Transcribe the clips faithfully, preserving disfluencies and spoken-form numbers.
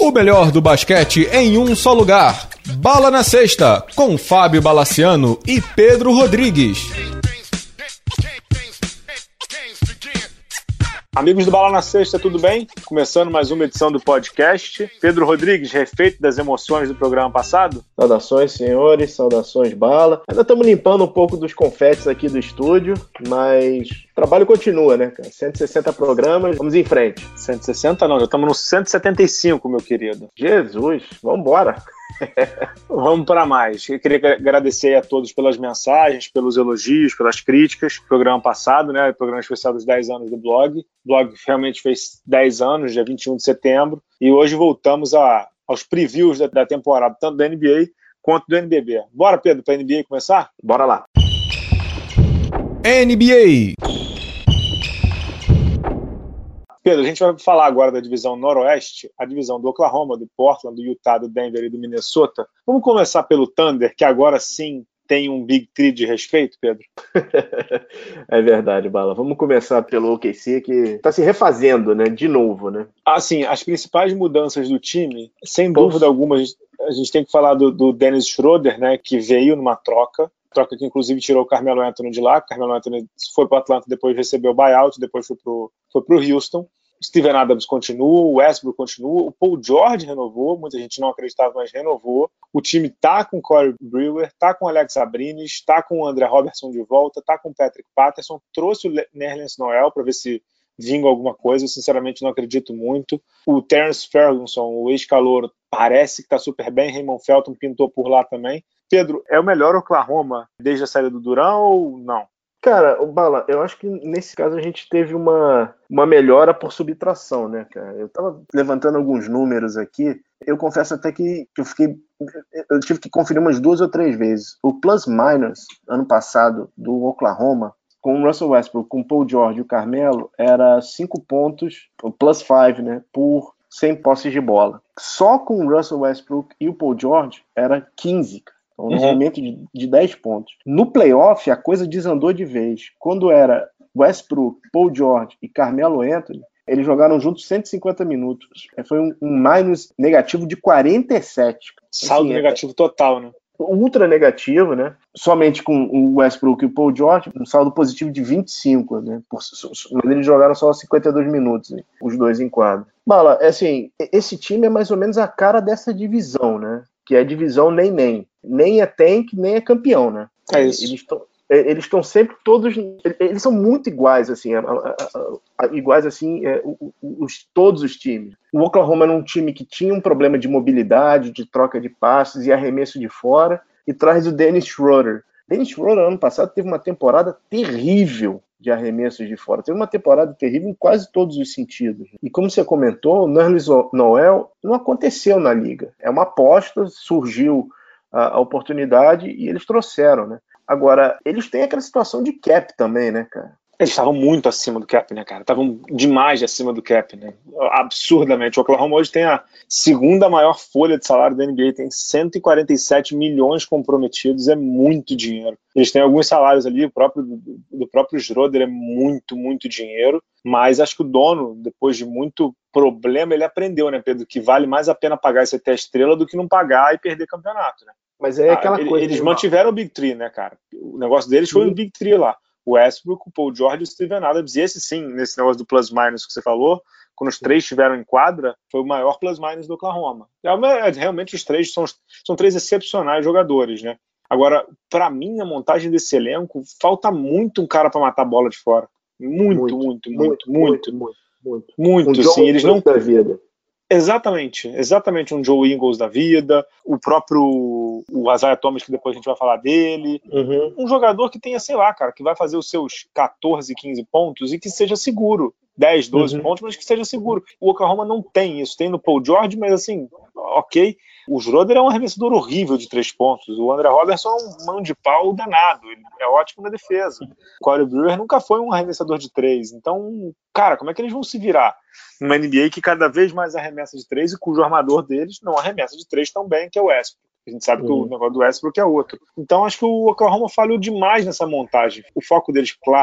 O melhor do basquete em um só lugar. Bala na Sexta, com Fábio Balaciano e Pedro Rodrigues. Amigos do Bala na Sexta, tudo bem? Começando mais uma edição do podcast. Pedro Rodrigues, refeito das emoções do programa passado? Saudações, senhores, saudações, Bala. Ainda estamos limpando um pouco dos confetes aqui do estúdio, mas o trabalho continua, né, cara? cento e sessenta programas, vamos em frente. cento e sessenta não, já estamos no cento e setenta e cinco, meu querido. Jesus, vamos embora. Vamos para mais. Eu queria agradecer a todos pelas mensagens, pelos elogios, pelas críticas. Programa passado, né? Programa especial dos dez anos do blog. O blog realmente fez dez anos, dia vinte e um de setembro. E hoje voltamos a, aos previews da, da temporada, tanto da N B A quanto do N B B. Bora, Pedro, para a N B A começar? Bora lá. N B A. Pedro, a gente vai falar agora da divisão Noroeste, a divisão do Oklahoma, do Portland, do Utah, do Denver e do Minnesota. Vamos começar pelo Thunder, que agora sim tem um Big Three de respeito, Pedro? É verdade, Bala. Vamos começar pelo O K C, que está se refazendo, né? De novo, né? Assim, as principais mudanças do time, sem dúvida alguma, a gente tem que falar do, do Dennis Schroeder, né? Que veio numa troca. Troca que inclusive tirou o Carmelo Anthony de lá. O Carmelo Anthony foi para o Atlanta, depois recebeu o buyout, depois foi para o foi pro Houston. Steven Adams continua, o Westbrook continua, o Paul George renovou, muita gente não acreditava, mas renovou. O time tá com o Corey Brewer, tá com o Alex Abrines, tá com o André Robertson de volta, tá com o Patrick Patterson, trouxe o Nerlens Noel para ver se vinga alguma coisa, eu sinceramente não acredito muito. O Terence Ferguson, o ex-calouro, parece que tá super bem, Raymond Felton pintou por lá também. Pedro, é o melhor Oklahoma desde a saída do Durant ou não? Cara, o Bala, eu acho que nesse caso a gente teve uma, uma melhora por subtração, né, cara? Eu tava levantando alguns números aqui, eu confesso até que, que eu fiquei, eu tive que conferir umas duas ou três vezes. O plus-minus, ano passado, do Oklahoma, com o Russell Westbrook, com o Paul George e o Carmelo, era cinco pontos, o plus cinco, né, por cem posses de bola. Só com o Russell Westbrook e o Paul George era quinze, cara. Um uhum. aumento de, de dez pontos. No playoff, a coisa desandou de vez. Quando era Westbrook, Paul George e Carmelo Anthony, eles jogaram juntos cento e cinquenta minutos. Foi um, um minus negativo de quarenta e sete. Saldo assim, negativo é, total, né? Ultra negativo, né? Somente com o Westbrook e o Paul George, um saldo positivo de vinte e cinco, né? Por, mas eles jogaram só cinquenta e dois minutos, né? Os dois em quadro. Bala, assim, esse time é mais ou menos a cara dessa divisão, né? Que é a divisão nem-nem. Nem é tank, nem é campeão, né? É isso. Eles estão eles estão sempre todos... Eles são muito iguais, assim, a, a, a, a, iguais, assim, é, os, todos os times. O Oklahoma era um time que tinha um problema de mobilidade, de troca de passes e arremesso de fora, e traz o Dennis Schroeder. Dennis Schroeder, ano passado, teve uma temporada terrível de arremessos de fora. Teve uma temporada terrível em quase todos os sentidos. E como você comentou, o Nerlens Noel não aconteceu na liga. É uma aposta, surgiu a, a oportunidade e eles trouxeram, né? Agora, eles têm aquela situação de cap também, né, cara? Eles estavam muito acima do cap, né, cara? Estavam demais acima do cap, né? Absurdamente. O Oklahoma hoje tem a segunda maior folha de salário da N B A, tem cento e quarenta e sete milhões comprometidos, é muito dinheiro. Eles têm alguns salários ali, o próprio, do próprio Schroeder é muito, muito dinheiro, mas acho que o dono, depois de muito problema, ele aprendeu, né, Pedro, que vale mais a pena pagar esse até estrela do que não pagar e perder campeonato, né? Mas é aquela ah, coisa... Eles mantiveram o Big Three, né, cara? O negócio deles foi o Big Three lá. O Westbrook, o Paul George e o Steven Adams. E esse sim, nesse negócio do plus-minus que você falou, quando os três estiveram em quadra, foi o maior plus-minus do Oklahoma. Realmente os três são, são três excepcionais jogadores, né? Agora, para mim, a montagem desse elenco, falta muito um cara para matar a bola de fora. Muito, muito, muito, muito. Muito, muito. Muito, muito, sim. Eles não... da vida. Exatamente, exatamente um Joe Ingles da vida, o próprio o Isaiah Thomas, que depois a gente vai falar dele, uhum. Um jogador que tenha, sei lá, cara, que vai fazer os seus catorze, quinze pontos e que seja seguro, dez, doze uhum. pontos, mas que seja seguro. O Oklahoma não tem isso, tem no Paul George, mas assim, ok, o Schroeder é um arremessador horrível de três pontos, o André Robertson é um mão de pau danado, ele é ótimo na defesa, o Corey Brewer nunca foi um arremessador de três, então, cara, como é que eles vão se virar numa N B A que cada vez mais arremessa de três e cujo armador deles não arremessa de três tão bem, que é o Westbrook? A gente sabe que uhum. o negócio do Westbrook é outro. Então acho que o Oklahoma falhou demais nessa montagem. O foco deles, claro,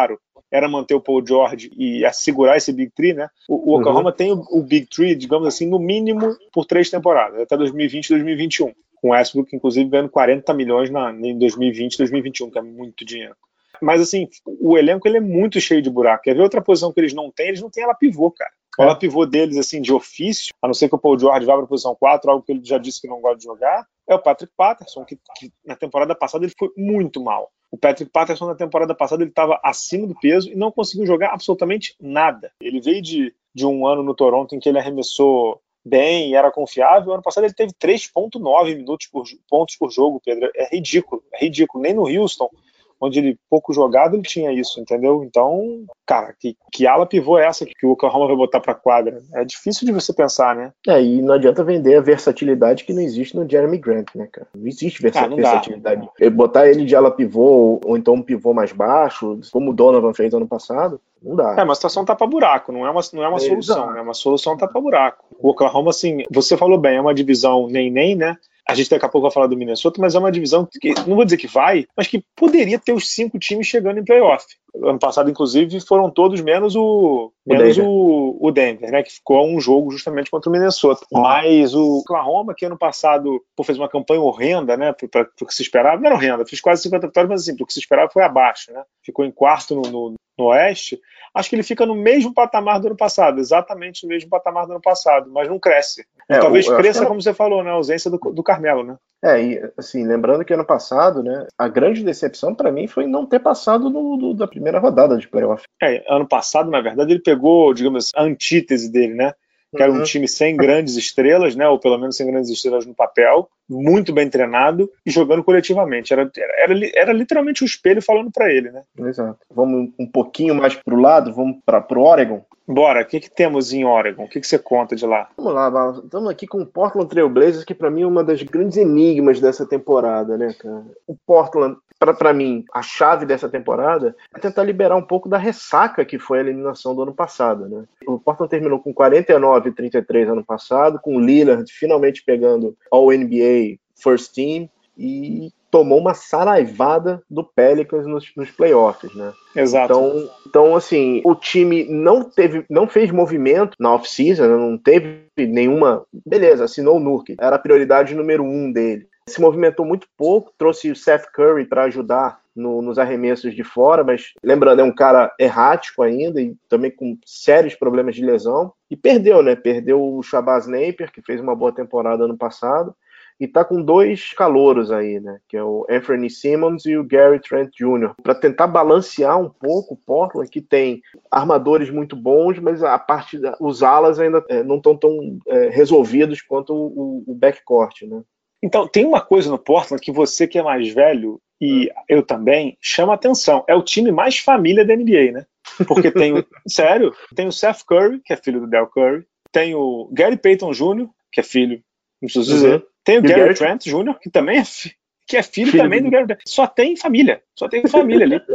era manter o Paul George e assegurar esse Big Three, né? O, o Oklahoma uhum. tem o, o Big Three, digamos assim, no mínimo por três temporadas, até dois mil e vinte e dois mil e vinte e um. Com o Westbrook, inclusive, ganhando quarenta milhões na, em dois mil e vinte e dois mil e vinte e um, que é muito dinheiro. Mas, assim, o elenco ele é muito cheio de buraco. Quer ver outra posição que eles não têm? Eles não têm ala pivô, cara. O ala pivô deles, assim, de ofício, a não ser que o Paul George vá para a posição quatro, algo que ele já disse que não gosta de jogar, é o Patrick Patterson, que, que na temporada passada ele foi muito mal. O Patrick Patterson na temporada passada ele estava acima do peso e não conseguiu jogar absolutamente nada. Ele veio de, de um ano no Toronto em que ele arremessou bem e era confiável. Ano passado ele teve três vírgula nove minutos por, pontos por jogo, Pedro. É ridículo, é ridículo. Nem no Houston, onde ele pouco jogado, ele tinha isso, entendeu? Então, cara, que, que ala pivô é essa que o Oklahoma vai botar pra quadra? É difícil de você pensar, né? É, e não adianta vender a versatilidade que não existe no Jeremy Grant, né, cara? Não existe versa- ah, não versatilidade. Dá. Botar ele de ala pivô, ou, ou então um pivô mais baixo, como o Donovan fez ano passado, não dá. É, uma situação tapa-buraco, não é uma, não é uma é, solução, exato. né? É uma solução tapa-buraco. O Oklahoma, assim, você falou bem, é uma divisão nem-nem, né? A gente daqui a pouco vai falar do Minnesota, mas é uma divisão que, não vou dizer que vai, mas que poderia ter os cinco times chegando em playoff. Ano passado, inclusive, foram todos menos o, o menos Denver. O, o Denver, né, que ficou a um jogo justamente contra o Minnesota. Mas o Oklahoma, que ano passado pô, fez uma campanha horrenda, né, para o que se esperava, não era horrenda, fez quase cinquenta vitórias, mas assim, o que se esperava foi abaixo, né, ficou em quarto no, no, no Oeste. Acho que ele fica no mesmo patamar do ano passado, exatamente no mesmo patamar do ano passado, mas não cresce. É, talvez o, cresça, era... como você falou, né, a ausência do, do Carmelo, né? É, e assim, lembrando que ano passado, né, a grande decepção para mim foi não ter passado do, do, da primeira rodada de playoff. É, ano passado, na verdade, ele pegou, digamos, a antítese dele, né? Que era um time sem grandes estrelas, né? Ou pelo menos sem grandes estrelas no papel, muito bem treinado e jogando coletivamente. Era, era, era literalmente o espelho falando para ele, né? Exato. Vamos um pouquinho mais pro lado, vamos para pro Oregon. Bora, o que, que temos em Oregon? O que, que você conta de lá? Vamos lá, Bala. Estamos aqui com o Portland Trail Blazers, que para mim é uma das grandes enigmas dessa temporada, né, cara? O Portland, para mim, a chave dessa temporada é tentar liberar um pouco da ressaca que foi a eliminação do ano passado, né? O Portland terminou com quarenta e nove a trinta e três ano passado, com o Lillard finalmente pegando All N B A First Team e tomou uma saraivada do Pelicans nos, nos playoffs, né? Exato. Então, então, assim, o time não teve, não fez movimento na off-season, não teve nenhuma... Beleza, assinou o Nurkic, era a prioridade número um dele. Se movimentou muito pouco, trouxe o Seth Curry para ajudar no, nos arremessos de fora, mas lembrando, é um cara errático ainda e também com sérios problemas de lesão. E perdeu, né? Perdeu o Shabazz Napier, que fez uma boa temporada ano passado, e tá com dois calouros aí, né? Que é o Anthony Simmons e o Gary Trent Júnior para tentar balancear um pouco o Portland, que tem armadores muito bons, mas a parte da, os alas ainda é, não estão tão é, resolvidos quanto o, o backcourt, né? Então, tem uma coisa no Portland que você que é mais velho, e eu também, chama atenção. É o time mais família da N B A, né? Porque tem o... sério, tem o Seth Curry, que é filho do Del Curry, tem o Gary Payton Júnior, que é filho, não preciso dizer, uhum. Tem o Gary, Gary Trent Júnior, que também é, fi... que é filho, filho também do... do Gary Trent. Só tem família, só tem família ali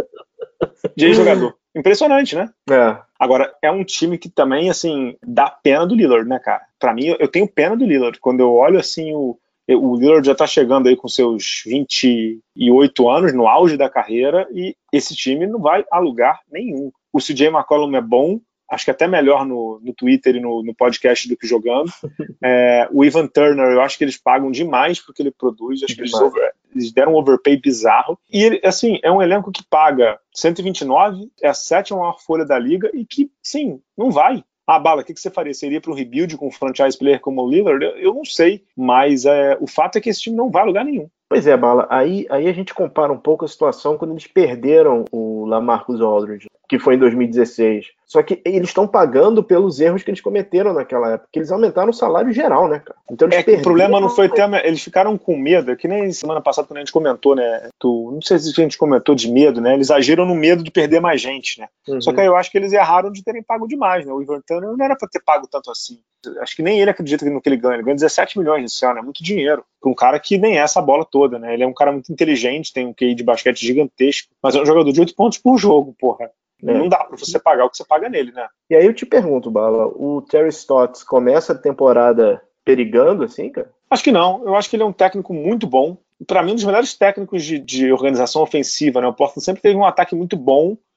de ex-jogador. Impressionante, né? É. Agora, é um time que também, assim, dá pena do Lillard, né, cara? Pra mim, eu tenho pena do Lillard. Quando eu olho, assim, o O Lillard já está chegando aí com seus vinte e oito anos, no auge da carreira, e esse time não vai a lugar nenhum. O C J McCollum é bom, acho que até melhor no, no Twitter e no, no podcast do que jogando. É, o Evan Turner, eu acho que eles pagam demais porque ele produz, acho que eles, over, eles deram um overpay bizarro. E, ele, assim, é um elenco que paga cento e vinte e nove, é a sétima maior folha da liga e que, sim, não vai. Ah, Bala, o que, que você faria? Você iria para um rebuild com um franchise player como o Lillard? Eu, eu não sei, mas é, o fato é que esse time não vai a lugar nenhum. Pois é, Bala, aí, aí a gente compara um pouco a situação quando eles perderam o LaMarcus Aldridge, que foi em dois mil e dezesseis. Só que eles estão pagando pelos erros que eles cometeram naquela época, que eles aumentaram o salário geral, né, cara? Então eles é que o problema não foi ter... Eles ficaram com medo, que nem semana passada quando a gente comentou, né? Tu, não sei se a gente comentou de medo, né? Eles agiram no medo de perder mais gente, né? Uhum. Só que aí eu acho que eles erraram de terem pago demais, né? O Ivan Turner não era pra ter pago tanto assim. Acho que nem ele acredita no que ele ganha. Ele ganha dezessete milhões nesse ano, é muito dinheiro. Para um cara que nem é essa bola toda, né? Ele é um cara muito inteligente, tem um Q I de basquete gigantesco, mas é um jogador de oito pontos por jogo, porra. É. Não dá pra você pagar o que você paga nele, né? E aí eu te pergunto, Bala, o Terry Stotts começa a temporada perigando, assim, cara? Acho que não. Eu acho que ele é um técnico muito bom. Pra mim, um dos melhores técnicos de, de organização ofensiva, né? O Portland sempre teve um ataque muito bom,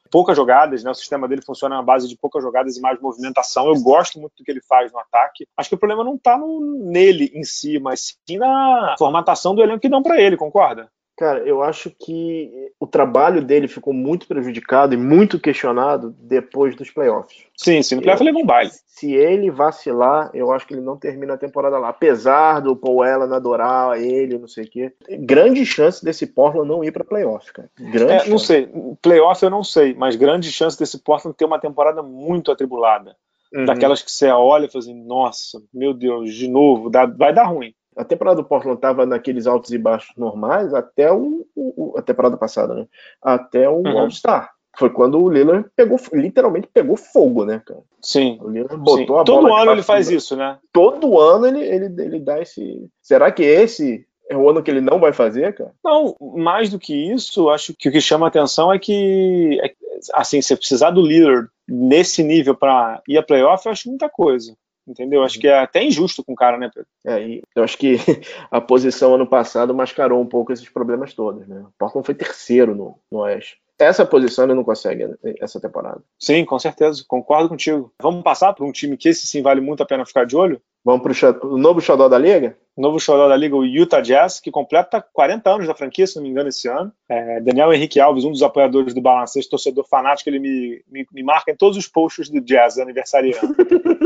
poucas jogadas, né? O sistema dele funciona na base de poucas jogadas e mais movimentação. Eu gosto muito do que ele faz no ataque. Acho que o problema não está nele em si, mas sim na formatação do elenco que dão para ele, concorda? Cara, eu acho que o trabalho dele ficou muito prejudicado e muito questionado depois dos playoffs. Sim, sim, no playoff ele levou um baile. Se ele vacilar, eu acho que ele não termina a temporada lá. Apesar do Paul Allen adorar ele, não sei o quê. Grande chance desse Portland não ir para playoff, cara. Grande é, chance. Não sei, playoff eu não sei, mas grande chance desse Portland ter uma temporada muito atribulada. Uhum. Daquelas que você olha e fala assim, nossa, meu Deus, de novo, dá, vai dar ruim. A temporada do Portland estava naqueles altos e baixos normais até o, o a temporada passada, né? Até o uhum. All-Star. Foi quando o Lillard pegou, literalmente pegou fogo, né, cara? Sim. O Lillard botou Sim. a bola. Todo ano ele faz isso, né? Todo ano ele, ele, ele dá esse. Será que esse é o ano que ele não vai fazer, cara? Não, mais do que isso, acho que o que chama a atenção é que, assim, se precisar do Lillard nesse nível para ir a playoff, eu acho muita coisa. Entendeu? Acho que é até injusto com o cara, né, Pedro? É, e eu acho que a posição ano passado mascarou um pouco esses problemas todos, né? O Portland foi terceiro no, no Oeste. Essa posição ele não consegue essa temporada. Sim, com certeza, concordo contigo. Vamos passar para um time que esse sim vale muito a pena ficar de olho? Vamos para o novo xodó da Liga? O novo xodó da Liga, o Utah Jazz, que completa quarenta anos da franquia, se não me engano, esse ano. É, Daniel Henrique Alves, um dos apoiadores do Balancete, torcedor fanático, ele me, me, me marca em todos os posts do Jazz aniversariando.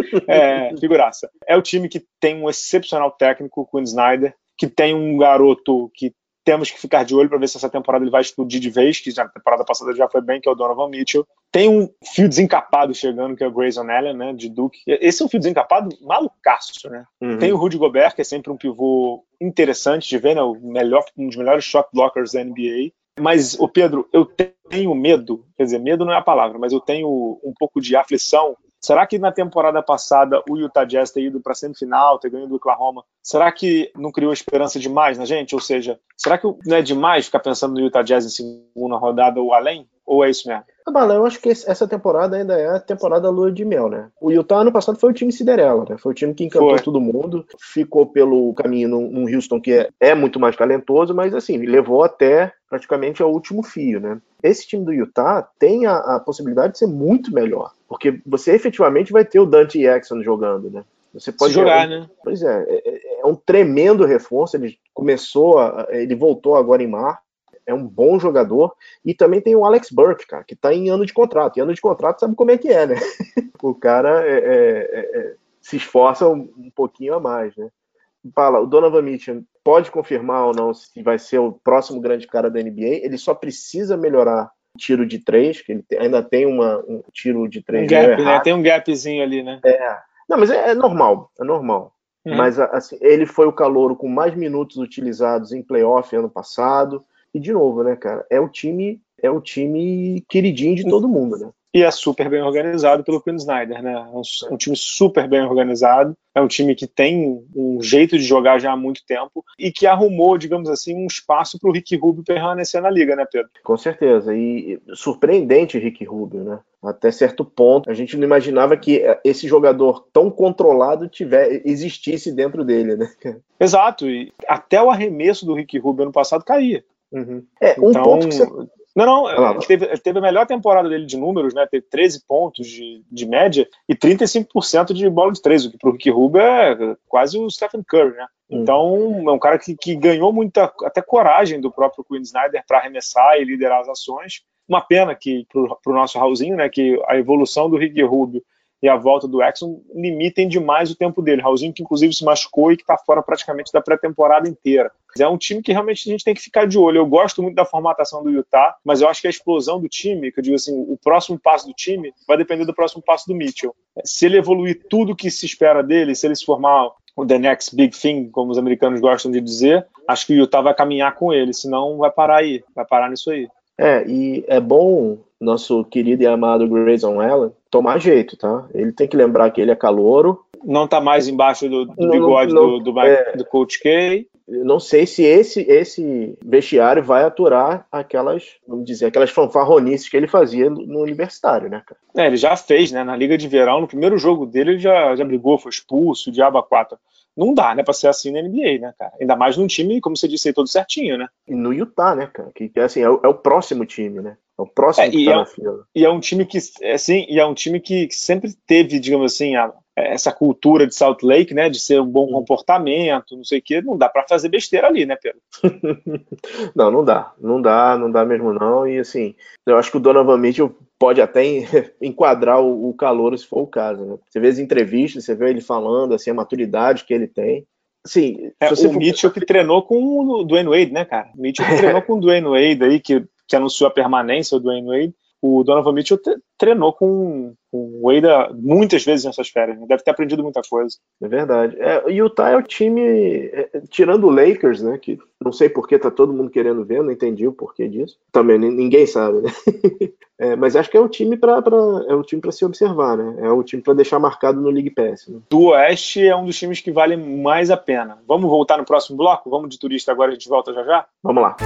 É, figuraça. É o time que tem um excepcional técnico, o Quinn Snyder, que tem um garoto que temos que ficar de olho para ver se essa temporada ele vai explodir de vez, que na temporada passada já foi bem, que é o Donovan Mitchell. Tem um fio desencapado chegando, que é o Grayson Allen, né, de Duke. Esse é um fio desencapado malucaço, né? Uhum. Tem o Rudy Gobert, que é sempre um pivô interessante de ver, né, o melhor, um dos melhores shot blockers da N B A. Mas, ô Pedro, eu tenho medo, quer dizer, medo não é a palavra, mas eu tenho um pouco de aflição. Será que na temporada passada o Utah Jazz ter ido para a semifinal, ter ganho do Oklahoma, será que não criou esperança demais na gente? Ou seja, será que não é demais ficar pensando no Utah Jazz em segunda rodada ou além? Ou é isso mesmo? Bala, eu acho que essa temporada ainda é a temporada lua de mel, né? O Utah ano passado foi o time Cinderela, né? Foi o time que encantou foi. todo mundo, ficou pelo caminho num Houston que é, é muito mais talentoso, mas assim, levou até praticamente ao último fio, né? Esse time do Utah tem a, a possibilidade de ser muito melhor, porque você efetivamente vai ter o Dante Jackson jogando, né? Você pode Se jogar, um, né? Pois é, é, é um tremendo reforço, ele começou, a, ele voltou agora em março, é um bom jogador, e também tem o Alex Burke, cara, que tá em ano de contrato, e ano de contrato sabe como é que é, né? O cara é, é, é, se esforça um, um pouquinho a mais, né? Fala, o Donovan Mitchell pode confirmar ou não se vai ser o próximo grande cara da N B A, ele só precisa melhorar o tiro de três, que ele tem, ainda tem uma, um tiro de três. Um gap, né? Tem um gapzinho ali, né? É. Não, mas é, é normal, é normal. Uhum. Mas assim, ele foi o calouro com mais minutos utilizados em playoff ano passado. E de novo, né, cara? É o time, é o time queridinho de todo mundo, né? E é super bem organizado pelo Quinn Snyder, né? É um, um time super bem organizado. É um time que tem um jeito de jogar já há muito tempo e que arrumou, digamos assim, um espaço para o Ricky Rubio permanecer na liga, né, Pedro? Com certeza. E surpreendente o Ricky Rubio, né? Até certo ponto, a gente não imaginava que esse jogador tão controlado tiver, existisse dentro dele, né? Exato. E até o arremesso do Ricky Rubio ano passado caía. Uhum. É, um então, ponto que você... Não, não, ele teve, ele teve a melhor temporada dele de números, né? Teve treze pontos de, de média e trinta e cinco por cento de bola de três, o que pro Ricky Rubio é quase o Stephen Curry, né? Então, é um cara que, que ganhou muita, até coragem do próprio Quinn Snyder para arremessar e liderar as ações. Uma pena que, pro, pro nosso Raulzinho, né, que a evolução do Ricky Rubio e a volta do Exxon limitem demais o tempo dele. Raulzinho que inclusive se machucou e que está fora praticamente da pré-temporada inteira. É um time que realmente a gente tem que ficar de olho. Eu gosto muito da formatação do Utah, mas eu acho que a explosão do time, que eu digo assim, o próximo passo do time vai depender do próximo passo do Mitchell. Se ele evoluir tudo que se espera dele, se ele se formar o the next big thing, como os americanos gostam de dizer, acho que o Utah vai caminhar com ele, senão vai parar aí, vai parar nisso aí. É, e é bom nosso querido e amado Grayson Allen tomar jeito, tá? Ele tem que lembrar que ele é calouro. Não tá mais embaixo do, do bigode não, não, do, do, Mike, é, do Coach K. Eu não sei se esse, esse vestiário vai aturar aquelas, vamos dizer, aquelas fanfarronices que ele fazia no, no universitário, né, cara? É, ele já fez, né? Na Liga de Verão, no primeiro jogo dele, ele já, já brigou, foi expulso, diabo a quatro. Não dá, né, pra ser assim na N B A, né, cara? Ainda mais num time, como você disse aí, todo certinho, né? E no Utah, né, cara? Que, que assim, é o, é o próximo time, né? É o próximo é, que tá é, na fila. E é um time que, assim, e é um time que sempre teve, digamos assim, a, essa cultura de Salt Lake, né, de ser um bom comportamento, não sei o quê. Não dá pra fazer besteira ali, né, Pedro? Não, não dá. Não dá, não dá mesmo não. E assim, eu acho que o Donovan Mitchell pode até enquadrar o, o calouro se for o caso, né? Você vê as entrevistas, você vê ele falando, assim, a maturidade que ele tem. Assim, é, se o for... Mitchell que treinou com o Dwayne Wade, né, cara? O Mitchell que treinou com o Dwayne Wade aí, que, que anunciou a permanência do Dwayne Wade. O Donovan Mitchell treinou com, com o Wade muitas vezes nessas férias, né? Deve ter aprendido muita coisa. É verdade. É, o Utah é o time, é, tirando o Lakers, né, que não sei por que tá todo mundo querendo ver, não entendi o porquê disso. Também ninguém sabe, né? É, mas acho que é o time para é o time para se observar, né? É o time para deixar marcado no League Pass. Né? Do Oeste é um dos times que vale mais a pena. Vamos voltar no próximo bloco? Vamos de turista agora, a gente volta já já? Vamos lá.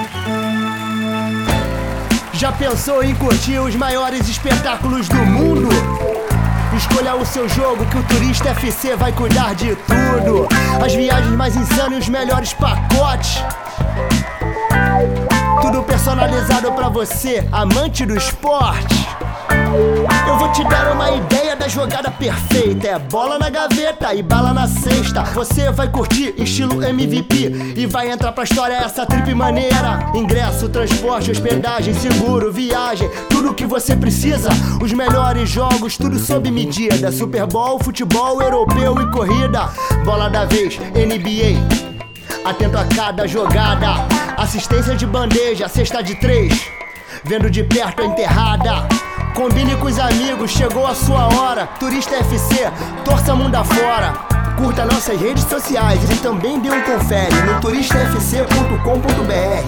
Já pensou em curtir os maiores espetáculos do mundo? Escolha o seu jogo que o Turista F C vai cuidar de tudo. As viagens mais insanas e os melhores pacotes. Tudo personalizado pra você, amante do esporte. Eu vou te dar uma ideia da jogada perfeita. É bola na gaveta e bala na cesta. Você vai curtir estilo M V P e vai entrar pra história essa trip maneira. Ingresso, transporte, hospedagem, seguro, viagem, tudo o que você precisa. Os melhores jogos, tudo sob medida. Super Bowl, futebol, europeu e corrida. Bola da vez, N B A. Atento a cada jogada. Assistência de bandeja, cesta de três. Vendo de perto a enterrada. Combine com os amigos, chegou a sua hora. Turista F C, torça mundo afora. Curta nossas redes sociais e também dê um confere no turista f c ponto com ponto b r.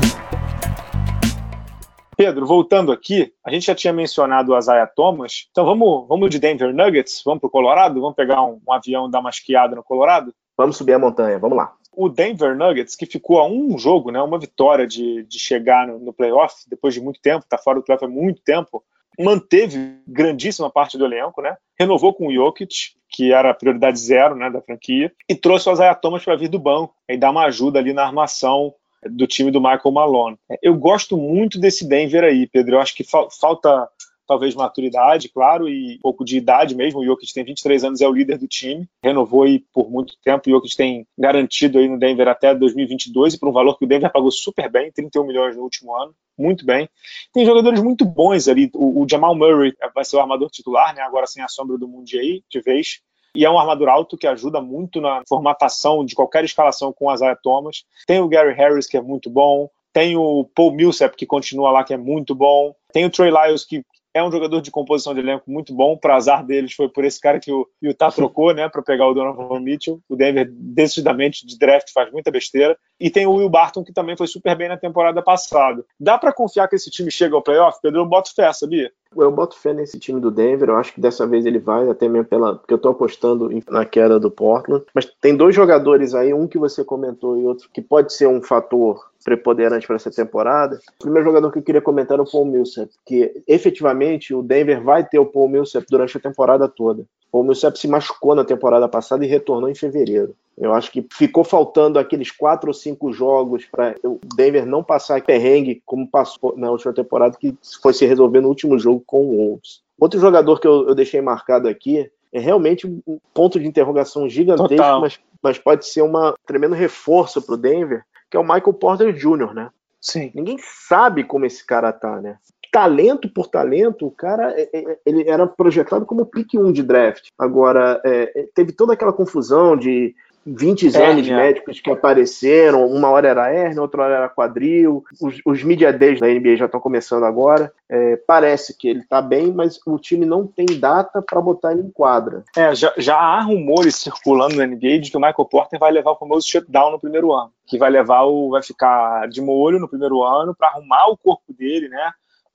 Pedro, voltando aqui, a gente já tinha mencionado o Isaiah Thomas, então vamos, vamos de Denver Nuggets, vamos pro Colorado? Vamos pegar um, um avião e dar uma esquiada no Colorado? Vamos subir a montanha, vamos lá. O Denver Nuggets, que ficou a um jogo, né, uma vitória de, de chegar no, no playoff, depois de muito tempo, tá fora do playoff há muito tempo, manteve grandíssima parte do elenco, né? Renovou com o Jokic, que era a prioridade zero, né, da franquia, e trouxe o Isaiah Thomas para vir do banco e dar uma ajuda ali na armação do time do Michael Malone. Eu gosto muito desse Denver aí, Pedro. Eu acho que fa- falta talvez maturidade, claro, e um pouco de idade mesmo. O Jokic tem vinte e três anos, é o líder do time, renovou aí por muito tempo. O Jokic tem garantido aí no Denver até dois mil e vinte e dois, e por um valor que o Denver pagou super bem, trinta e um milhões no último ano, muito bem. Tem jogadores muito bons ali. O, o Jamal Murray vai ser o armador titular, né, agora sem a sombra do Mundi aí, de vez. E é um armador alto que ajuda muito na formatação de qualquer escalação com o Isaiah Thomas. Tem o Gary Harris, que é muito bom. Tem o Paul Millsap, que continua lá, que é muito bom. Tem o Trey Lyles, que é um jogador de composição de elenco muito bom. Para azar deles, foi por esse cara que o Utah trocou, né, para pegar o Donovan Mitchell. O Denver, decididamente, de draft, faz muita besteira. E tem o Will Barton, que também foi super bem na temporada passada. Dá para confiar que esse time chega ao playoff? Pedro, eu boto fé, sabia? Eu boto fé nesse time do Denver. Eu acho que dessa vez ele vai, até mesmo pela, porque eu tô apostando na queda do Portland. Mas tem dois jogadores aí, um que você comentou e outro que pode ser um fator preponderante para essa temporada. O primeiro jogador que eu queria comentar era o Paul Millsap, que efetivamente o Denver vai ter o Paul Millsap durante a temporada toda. O Paul Millsap se machucou na temporada passada e retornou em fevereiro. Eu acho que ficou faltando aqueles quatro ou cinco jogos para o Denver não passar perrengue como passou na última temporada, que foi se resolver no último jogo com o Wolves. Outro jogador que eu, eu deixei marcado aqui é realmente um ponto de interrogação gigantesco, mas, mas pode ser um tremendo reforço para o Denver, que é o Michael Porter Júnior, né? Sim. Ninguém sabe como esse cara tá, né? Talento por talento, o cara ele era projetado como pick um de draft. Agora, é, teve toda aquela confusão de vinte exames Hérnia. médicos que apareceram, uma hora era hérnia, outra hora era quadril, os, os media days da N B A já estão começando agora, é, parece que ele está bem, mas o time não tem data para botar ele em quadra. É, já, já há rumores circulando no N B A de que o Michael Porter vai levar o famoso shutdown no primeiro ano, que vai levar o, vai ficar de molho no primeiro ano para arrumar o corpo dele, né,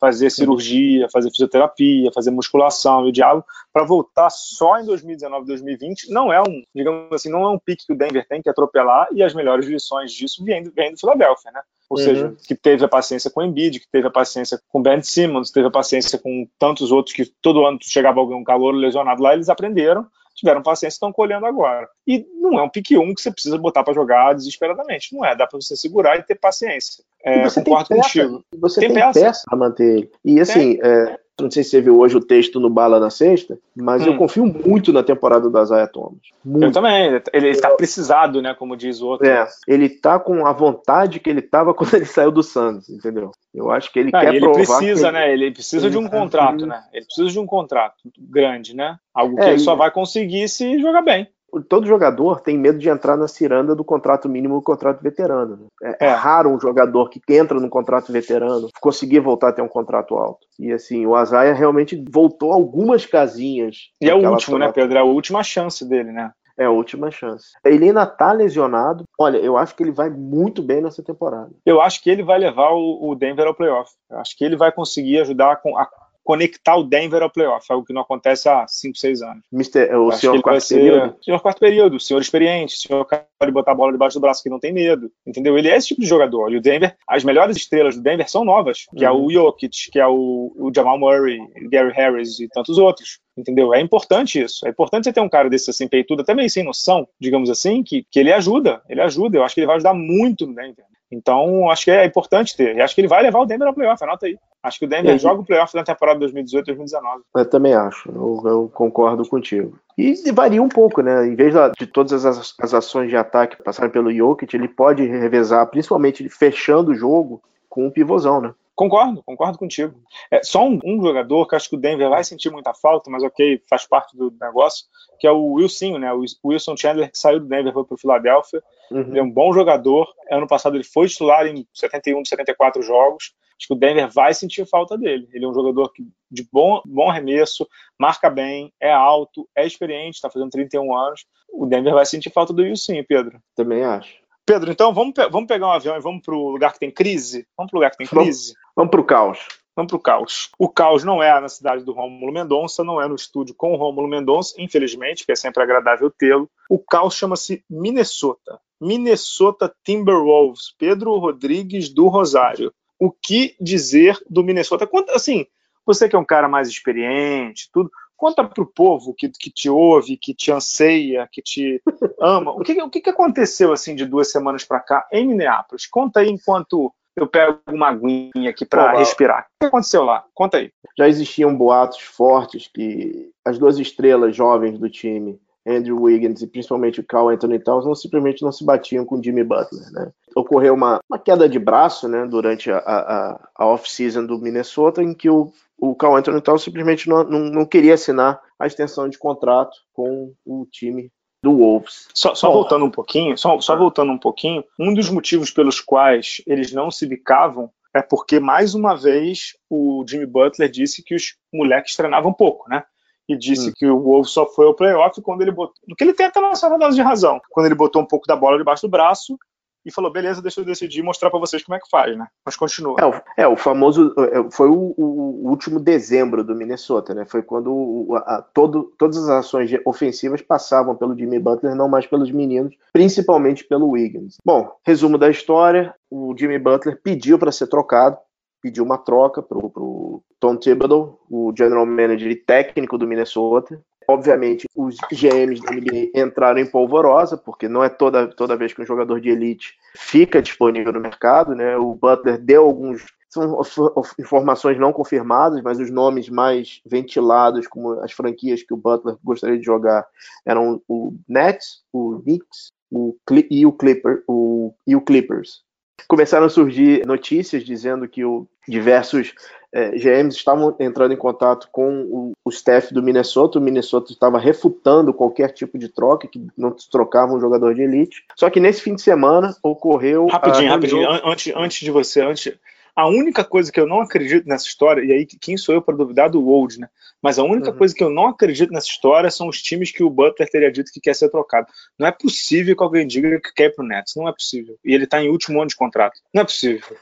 fazer cirurgia, fazer fisioterapia, fazer musculação e o diabo, para voltar só em dois mil e dezenove, dois mil e vinte, não é um, digamos assim, não é um pique que o Denver tem que atropelar, e as melhores lições disso vêm do, vêm do Philadelphia, né? Ou uhum. seja, que teve a paciência com o Embiid, que teve a paciência com o Ben Simmons, teve a paciência com tantos outros que todo ano chegava algum calor lesionado lá, eles aprenderam, tiveram paciência e estão colhendo agora. E não é um pique um que você precisa botar para jogar desesperadamente, não é, dá para você segurar e ter paciência. É, você concordo tem peça, contigo. Você tem, tem peça para manter ele. E assim, é, não sei se você viu hoje o texto no Bala na Sexta, mas hum. eu confio muito na temporada do Isaiah Thomas. Muito. Eu também. Ele está precisado, né, como diz o outro. É, ele está com a vontade que ele estava quando ele saiu do Suns, entendeu? Eu acho que ele ah, quer ele provar precisa, ele... né? Ele precisa ele de um tá contrato, assim. né? Ele precisa de um contrato grande, né? Algo que é, ele só vai conseguir se jogar bem. Todo jogador tem medo de entrar na ciranda do contrato mínimo do contrato veterano. É, é. é raro um jogador que entra no contrato veterano conseguir voltar a ter um contrato alto. E assim, o Isaiah realmente voltou algumas casinhas. E é o último, né, Pedro? É a última chance dele, né? É a última chance. Ele ainda tá lesionado. Olha, eu acho que ele vai muito bem nessa temporada. Eu acho que ele vai levar o Denver ao playoff. Eu acho que ele vai conseguir ajudar com a conectar o Denver ao playoff, algo que não acontece há cinco, seis anos. Mister, o senhor quarto ser, período? Senhor quarto período, senhor experiente, senhor que pode botar a bola debaixo do braço que não tem medo, entendeu? Ele é esse tipo de jogador. E o Denver, as melhores estrelas do Denver são novas, que uhum. é o Jokic, que é o, o Jamal Murray, Gary Harris e tantos outros, entendeu? É importante isso. É importante você ter um cara desse assim, peitudo, até meio sem noção, digamos assim, que, que ele ajuda, ele ajuda. Eu acho que ele vai ajudar muito no Denver. Então, acho que é importante ter. E acho que ele vai levar o Denver ao playoff, anota aí. Acho que o Denver joga o playoff na temporada dois mil e dezoito, dois mil e dezenove. Eu também acho, eu, eu concordo contigo. E varia um pouco, né? Em vez de todas as, as ações de ataque passarem pelo Jokic, ele pode revezar, principalmente fechando o jogo, com um pivôzão, né? Concordo, concordo contigo. É só um, um jogador que acho que o Denver vai sentir muita falta, mas ok, faz parte do negócio, que é o Wilson, né? O Wilson Chandler, que saiu do Denver, foi para o Philadelphia. Uhum. Ele é um bom jogador. Ano passado ele foi titular em setenta e um de setenta e quatro jogos. Acho que o Denver vai sentir falta dele. Ele é um jogador que, de bom, bom arremesso, marca bem, é alto, é experiente, está fazendo trinta e um anos. O Denver vai sentir falta do Wilson, Pedro. Também acho. Pedro, então vamos, pe- vamos pegar um avião e vamos para o lugar que tem crise? Vamos para o lugar que tem crise? Vamos para o caos. Vamos para o caos. O caos não é na cidade do Rômulo Mendonça, não é no estúdio com o Rômulo Mendonça, infelizmente, que é sempre agradável tê-lo. O caos chama-se Minnesota. Minnesota Timberwolves. Pedro Rodrigues do Rosário. O que dizer do Minnesota? Conta, assim, você que é um cara mais experiente, tudo, conta para o povo que, que te ouve, que te anseia, que te ama. O que, o que aconteceu assim de duas semanas para cá em Minneapolis? Conta aí enquanto eu pego uma aguinha aqui para respirar. O que aconteceu lá? Conta aí. Já existiam boatos fortes que as duas estrelas jovens do time, Andrew Wiggins e principalmente o Karl Anthony Towns, não, simplesmente não se batiam com o Jimmy Butler, né? Ocorreu uma, uma queda de braço, né, durante a, a, a off-season do Minnesota, em que o, o Karl Anthony Towns simplesmente não, não, não queria assinar a extensão de contrato com o time do Wolves. Só, só voltando um pouquinho, só, só voltando um pouquinho, um dos motivos pelos quais eles não se bicavam é porque, mais uma vez, o Jimmy Butler disse que os moleques treinavam pouco, né? E disse hum. que o Wolves só foi ao playoff quando ele botou... Do que ele tem até na sua rodada de razão. Quando ele botou um pouco da bola debaixo do braço e falou, beleza, deixa eu decidir e mostrar pra vocês como é que faz, né? Mas continua. É, o, é, o famoso... Foi o, o último dezembro do Minnesota, né? Foi quando o, a, todo, todas as ações ofensivas passavam pelo Jimmy Butler, não mais pelos meninos, principalmente pelo Wiggins. Bom, resumo da história, o Jimmy Butler pediu para ser trocado, pediu uma troca para o Tom Thibodeau, o general manager e técnico do Minnesota. Obviamente, os G Ms da N B A entraram em polvorosa, porque não é toda, toda vez que um jogador de elite fica disponível no mercado, né? O Butler deu alguns... São informações não confirmadas, mas os nomes mais ventilados, como as franquias que o Butler gostaria de jogar, eram o Nets, o Knicks o Cli- e, o Clipper, o, e o Clippers. Começaram a surgir notícias dizendo que o, diversos eh, G Ms estavam entrando em contato com o, o staff do Minnesota. O Minnesota estava refutando qualquer tipo de troca, que não se trocava um jogador de elite. Só que nesse fim de semana ocorreu... Rapidinho, rapidinho, antes, antes de você... Antes... A única coisa que eu não acredito nessa história, e aí quem sou eu para duvidar do Woj, né? Mas a única uhum. coisa que eu não acredito nessa história são os times que o Butler teria dito que quer ser trocado. Não é possível que alguém diga que quer ir pro Nets, não é possível. E ele tá em último ano de contrato. Não é possível.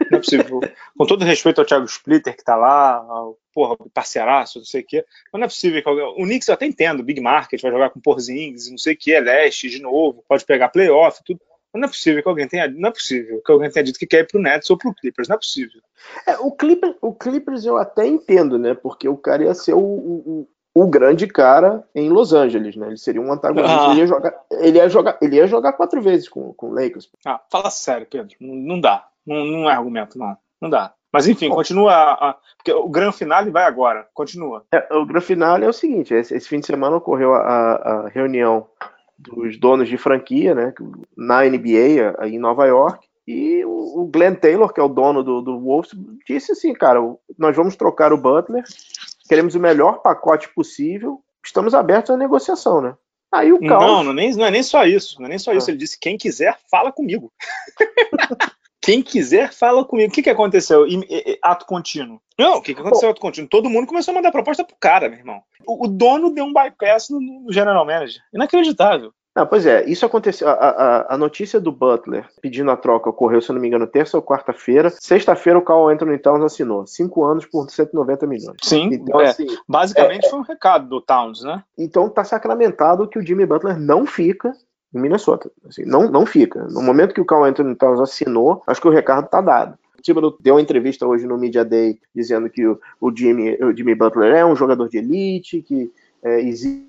Não é possível. Com todo respeito ao Thiago Splitter, que tá lá, ao, porra, parceiraço, não sei o quê, mas não é possível que alguém... O Knicks eu até entendo, Big Market, vai jogar com Porzingis, não sei o que, é leste de novo, pode pegar playoff, tudo. Mas não é possível que alguém tenha, não é possível que alguém tenha dito que quer ir pro Nets ou pro Clippers, não é possível. É, o, Clipper, o Clippers eu até entendo, né? Porque o cara ia ser o, o, o grande cara em Los Angeles, né? Ele seria um antagonista, ah. ele, ia jogar, ele, ia jogar, ele ia jogar quatro vezes com, com o Lakers. Ah, fala sério, Pedro, não, não dá, não, não é argumento, não, não dá. Mas enfim, Bom, continua, a, a, porque o grande finale vai agora, continua. É, o grande finale é o seguinte, esse, esse fim de semana ocorreu a, a reunião dos donos de franquia, né, na N B A, aí em Nova York, e o Glenn Taylor, que é o dono do, do Wolves, disse assim, cara, nós vamos trocar o Butler, queremos o melhor pacote possível, estamos abertos à negociação, né? Aí o caos... Não, não, nem, não é nem só isso, não é nem só isso, ah. ele disse, quem quiser, fala comigo. Quem quiser, fala comigo. O que, que aconteceu? I, I, ato contínuo. Não, o que, que aconteceu? Bom, ato contínuo. Todo mundo começou a mandar proposta pro cara, meu irmão. O, o dono deu um bypass no, no General Manager. Inacreditável. Não, pois é, isso aconteceu. A, a, a notícia do Butler pedindo a troca ocorreu, se eu não me engano, terça ou quarta-feira. Sexta-feira o Karl Anthony Towns assinou. Cinco anos por cento e noventa milhões. Sim, então, é, assim, basicamente é, foi um recado do Towns, né? Então tá sacramentado que o Jimmy Butler não fica em Minnesota. Assim, não, não fica. No momento que o Karl Anthony Towns assinou, acho que o recado tá dado. O Thibodeau deu uma entrevista hoje no Media Day dizendo que o, o, Jimmy, o Jimmy Butler é um jogador de elite, que é,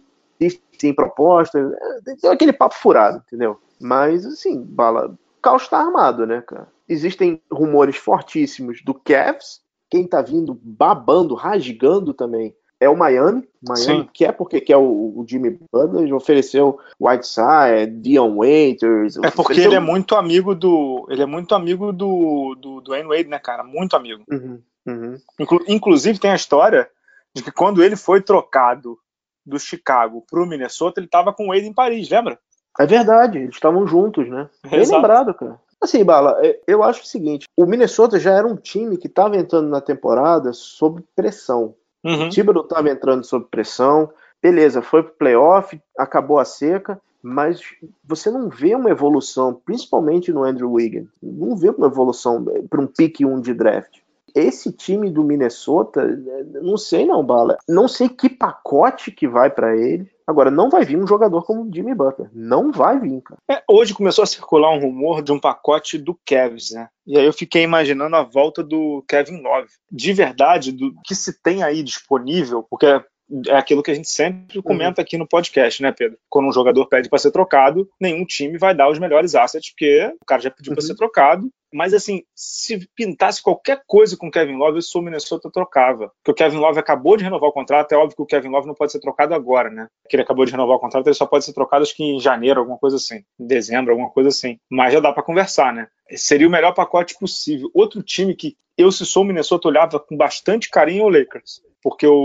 existem propostas. Deu aquele papo furado, entendeu? Mas, assim, bala, o caos tá armado, né, cara? Existem rumores fortíssimos do Cavs, quem tá vindo babando, rasgando também é o Miami. Miami Sim. quer porque quer o, o Jimmy Butler, ofereceu Whiteside, Dion Waiters. É porque ofereceu... ele é muito amigo do. Ele é muito amigo do, do, do Dwayne Wade, né, cara? Muito amigo. Uhum, uhum. Inclu- inclusive, tem a história de que quando ele foi trocado do Chicago pro Minnesota, ele tava com o Wade em Paris, lembra? É verdade, eles estavam juntos, né? Bem lembrado, cara. Assim, Bala, eu acho o seguinte: o Minnesota já era um time que estava entrando na temporada sob pressão. Uhum. O Thibodeau estava entrando sob pressão, beleza, foi pro playoff, acabou a seca, mas você não vê uma evolução, principalmente no Andrew Wiggins, não vê uma evolução para um pick um de draft. Esse time do Minnesota, não sei não, Bala, não sei que pacote que vai para ele. Agora, não vai vir um jogador como o Jimmy Butler. Não vai vir, cara. É, hoje começou a circular um rumor de um pacote do Cavs, né? E aí eu fiquei imaginando a volta do Kevin Love. De verdade, do que se tem aí disponível, porque é aquilo que a gente sempre comenta uhum. aqui no podcast, né, Pedro? Quando um jogador pede para ser trocado, nenhum time vai dar os melhores assets, porque o cara já pediu uhum. para ser trocado. Mas, assim, se pintasse qualquer coisa com o Kevin Love, eu sou o Minnesota trocava. Porque o Kevin Love acabou de renovar o contrato, é óbvio que o Kevin Love não pode ser trocado agora, né? Que ele acabou de renovar o contrato, ele só pode ser trocado, acho que em janeiro, alguma coisa assim. Em dezembro, alguma coisa assim. Mas já dá pra conversar, né? Seria o melhor pacote possível. Outro time que eu, se sou o Minnesota, olhava com bastante carinho é o Lakers. Porque o,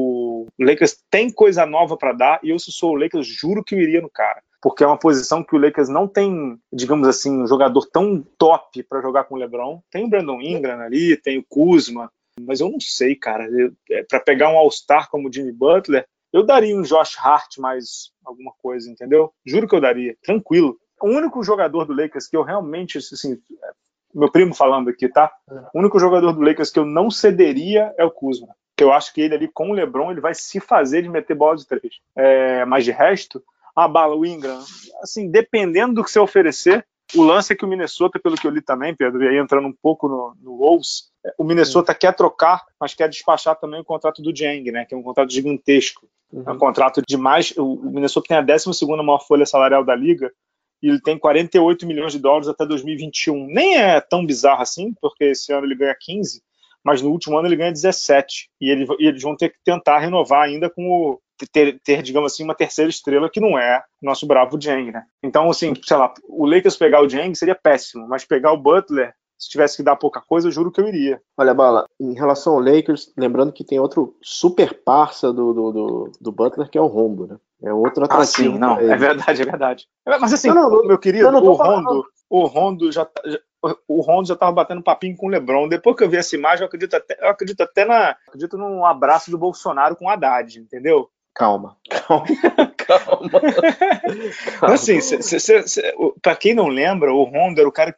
o Lakers tem coisa nova pra dar, e eu, se sou o Lakers, juro que eu iria no cara. Porque é uma posição que o Lakers não tem, digamos assim, um jogador tão top para jogar com o LeBron. Tem o Brandon Ingram ali, tem o Kuzma, mas eu não sei, cara. Para pegar um All-Star como o Jimmy Butler, eu daria um Josh Hart mais alguma coisa, entendeu? Juro que eu daria, tranquilo. O único jogador do Lakers que eu realmente, assim, meu primo falando aqui, tá? O único jogador do Lakers que eu não cederia é o Kuzma. Que eu acho que ele ali com o LeBron, ele vai se fazer de meter bola de três. É, mas de resto... a bala, o Ingram, assim, dependendo do que você oferecer, o lance é que o Minnesota, pelo que eu li também, Pedro, e aí entrando um pouco no, no Wolves, o Minnesota uhum. quer trocar, mas quer despachar também o contrato do Dieng, né, que é um contrato gigantesco, uhum. é um contrato de mais, o Minnesota tem a décima segunda maior folha salarial da liga, e ele tem quarenta e oito milhões de dólares até dois mil e vinte e um, nem é tão bizarro assim, porque esse ano ele ganha quinze, mas no último ano ele ganha dezessete, e, ele, e eles vão ter que tentar renovar ainda com o Ter, ter, digamos assim, uma terceira estrela que não é o nosso bravo Dieng, né? Então, assim, sei lá, o Lakers pegar o Dieng seria péssimo, mas pegar o Butler, se tivesse que dar pouca coisa, eu juro que eu iria. Olha, Bala, em relação ao Lakers, lembrando que tem outro super parça do, do, do, do Butler, que é o Rondo, né? É outro atrativo. Ah, sim, não, é verdade, é verdade. Mas assim, não, não, meu querido, não, não o Rondo, o Rondo já, já o Rondo já tava batendo papinho com o LeBron. Depois que eu vi essa imagem, eu acredito até, eu acredito até na, acredito num abraço do Bolsonaro com o Haddad, entendeu? Calma, calma, calma. calma. Assim, cê, cê, cê, pra quem não lembra, o Rondo era o cara que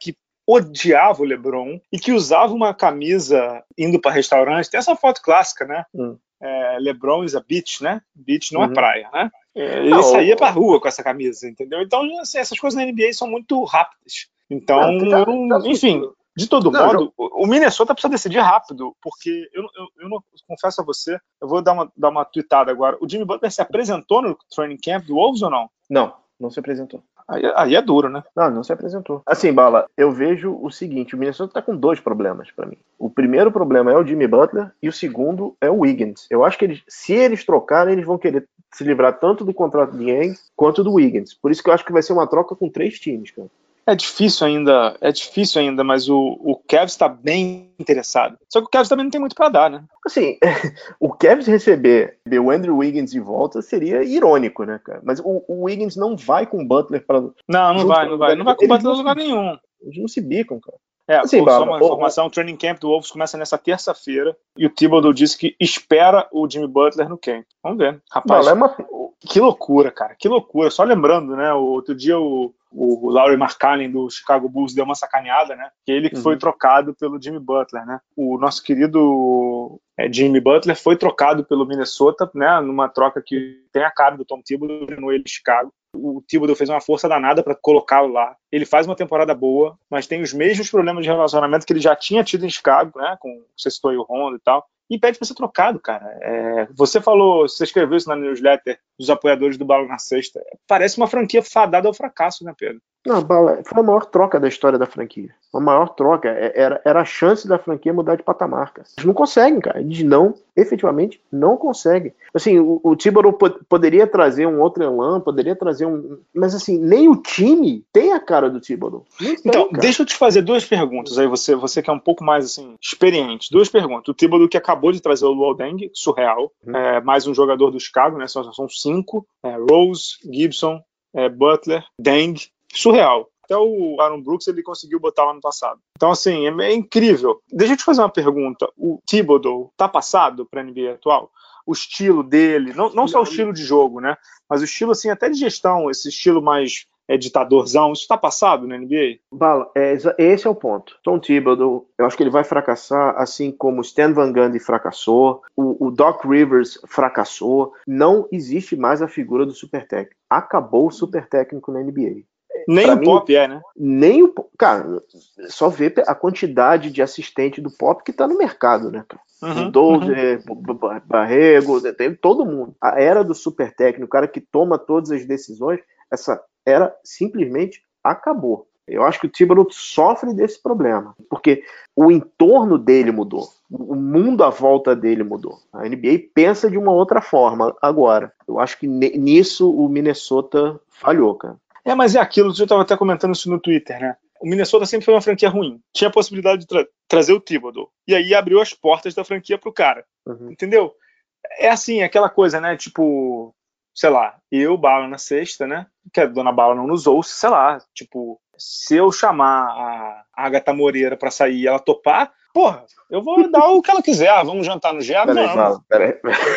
odiava o LeBron e que usava uma camisa indo para restaurante. Tem essa foto clássica, né? Hum. É, LeBron is a beach, né? Beach não uhum. é praia, né? Ele não, saía pra rua com essa camisa, entendeu? Então, assim, essas coisas na N B A são muito rápidas. Então, não, tá, tá, tá enfim, de todo não, modo, eu... o Minnesota precisa decidir rápido, porque eu, eu, eu não confesso a você, eu vou dar uma, dar uma tweetada agora. O Jimmy Butler se apresentou no training camp do Wolves ou não? Não, não se apresentou. Aí, aí é duro, né? Não, não se apresentou. Assim, Bala, eu vejo o seguinte, o Minnesota tá com dois problemas pra mim. O primeiro problema é o Jimmy Butler e o segundo é o Wiggins. Eu acho que eles, se eles trocarem, eles vão querer se livrar tanto do contrato de Yang quanto do Wiggins. Por isso que eu acho que vai ser uma troca com três times, cara. É difícil ainda, é difícil ainda, mas o, o Cavs está bem interessado. Só que o Cavs também não tem muito para dar, né? Assim, o Cavs receber o Andrew Wiggins de volta seria irônico, né, cara? Mas o, o Wiggins não vai com o Butler para... Não, não vai, não vai. Não vai com o Butler em lugar nenhum. Eles não se bicam, cara. É, assim, pô, só uma informação, o training camp do Wolves começa nessa terça-feira e o Thibodeau disse que espera o Jimmy Butler no camp. Vamos ver. Rapaz, não, é uma... que loucura, cara, que loucura. Só lembrando, né, o outro dia o, o Lauri Markkanen do Chicago Bulls deu uma sacaneada, né, que ele que uhum. foi trocado pelo Jimmy Butler, né. O nosso querido é, Jimmy Butler foi trocado pelo Minnesota, né, numa troca que tem a cara do Tom Thibodeau, no ele Chicago. O Thibodeau fez uma força danada para colocá-lo lá. Ele faz uma temporada boa, mas tem os mesmos problemas de relacionamento que ele já tinha tido em Chicago, né? Com você citou aí o Rondo e tal. E pede para ser trocado, cara. É, você falou, você escreveu isso na newsletter dos apoiadores do Bala na Sexta. Parece uma franquia fadada ao fracasso, né, Pedro? Não, Bala, foi a maior troca da história da franquia. A maior troca era, era a chance da franquia mudar de patamar, cara. Eles não conseguem, cara. Eles não, efetivamente, não conseguem. Assim, o, o Thibodeau pod- poderia trazer um outro elan, poderia trazer um... Mas, assim, nem o time tem a cara do Thibodeau. Tem, então, cara. Deixa eu te fazer duas perguntas. Aí você, você que é um pouco mais, assim, experiente. Duas perguntas. O Thibodeau que acabou de trazer o Luol Deng, surreal. Hum. É, mais um jogador do Chicago, né? São, são cinco. É, Rose, Gibson, é, Butler, Deng. Surreal. Até o Aaron Brooks ele conseguiu botar lá no passado. Então, assim, é, é incrível. Deixa eu te fazer uma pergunta. O Thibodeau tá passado para a N B A atual? O estilo dele, não, não só o estilo de jogo, né? Mas o estilo, assim, até de gestão, esse estilo mais é, ditadorzão, isso tá passado na N B A? Bala, é, esse é o ponto. Tom Thibodeau, eu acho que ele vai fracassar, assim como o Stan Van Gundy fracassou, o, o Doc Rivers fracassou. Não existe mais a figura do super técnico. Acabou o super técnico na N B A. Nem pra o mim, Pop é, né? Nem o Cara, só vê a quantidade de assistente do Pop que tá no mercado, né, cara? Uhum, o Dozer, uhum. Barrego, tem todo mundo. A era do super técnico, o cara que toma todas as decisões, essa era simplesmente acabou. Eu acho que o Thibodeau sofre desse problema, porque o entorno dele mudou, o mundo à volta dele mudou. A N B A pensa de uma outra forma agora. Eu acho que nisso o Minnesota falhou, cara. É, mas é aquilo, eu estava até comentando isso no Twitter, né? O Minnesota sempre foi uma franquia ruim. Tinha a possibilidade de tra- trazer o Thibodeau. E aí abriu as portas da franquia pro cara. Uhum. Entendeu? É assim, aquela coisa, né? Tipo, sei lá, eu, Bala na Sexta, né? Que a dona Bala não nos ouça, sei lá. Tipo, se eu chamar a Agatha Moreira pra sair e ela topar, porra, eu vou dar o que ela quiser. Ah, vamos jantar no Gero? Peraí, Bala, peraí.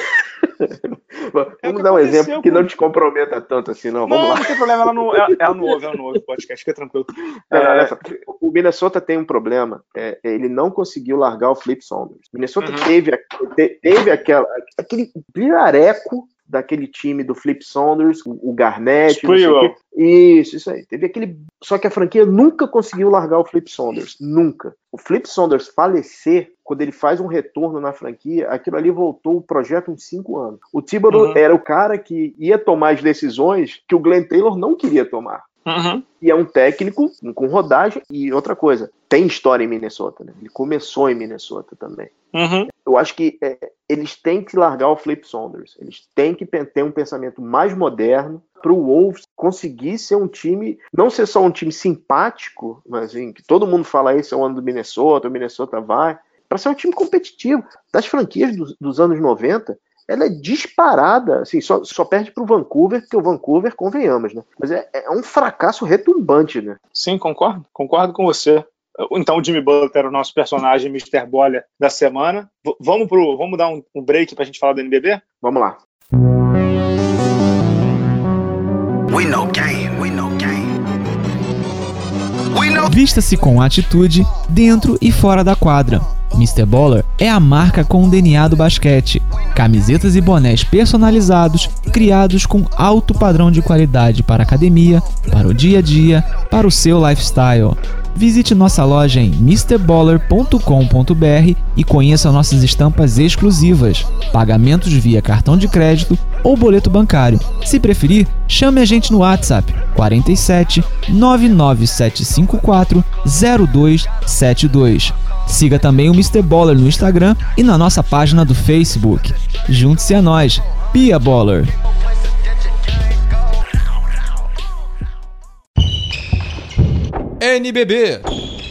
Vamos é dar um aconteceu, exemplo que não te comprometa tanto assim, não. Vamos não, lá. Não tem problema, ela não, ela, ela não ouve, ela não ouve o podcast, fica tranquilo. É, é, o Minnesota tem um problema, é, ele não conseguiu largar o Flip Saunders. O Minnesota uhum. teve, teve aquela, aquele brilhareco daquele time do Flip Saunders, o Garnett. Isso, isso aí. Teve aquele. Só que a franquia nunca conseguiu largar o Flip Saunders. Nunca. O Flip Saunders falecer, quando ele faz um retorno na franquia, aquilo ali voltou o projeto em cinco anos. O Thibodeau uhum. era o cara que ia tomar as decisões que o Glenn Taylor não queria tomar. Uhum. E é um técnico com rodagem. E outra coisa, tem história em Minnesota, né? Ele começou em Minnesota também. Uhum. Eu acho que é, eles têm que largar o Flip Saunders. Eles têm que ter um pensamento mais moderno para o Wolves conseguir ser um time, não ser só um time simpático, mas assim, que todo mundo fala isso é o ano do Minnesota, o Minnesota vai, para ser um time competitivo. Das franquias dos, dos anos noventa, ela é disparada, assim, só, só perde para o Vancouver, porque o Vancouver, convenhamos, né? Mas é, é um fracasso retumbante, né? Sim, concordo, concordo com você. Então o Jimmy Butler era o nosso personagem mister Bolha da semana. V- vamos, pro, vamos dar um, um break pra gente falar do N B B? Vamos lá. We know game, we know game. We know Vista-se com atitude dentro e fora da quadra. mister Baller é a marca com o D N A do basquete. Camisetas e bonés personalizados, criados com alto padrão de qualidade para a academia, para o dia a dia, para o seu lifestyle. Visite nossa loja em mister baller ponto com ponto b r e conheça nossas estampas exclusivas, pagamentos via cartão de crédito ou boleto bancário. Se preferir, chame a gente no WhatsApp quarenta e sete, nove nove sete cinco quatro, zero dois sete dois. Siga também o mister Baller no Instagram e na nossa página do Facebook. Junte-se a nós, Be a Baller! N B B.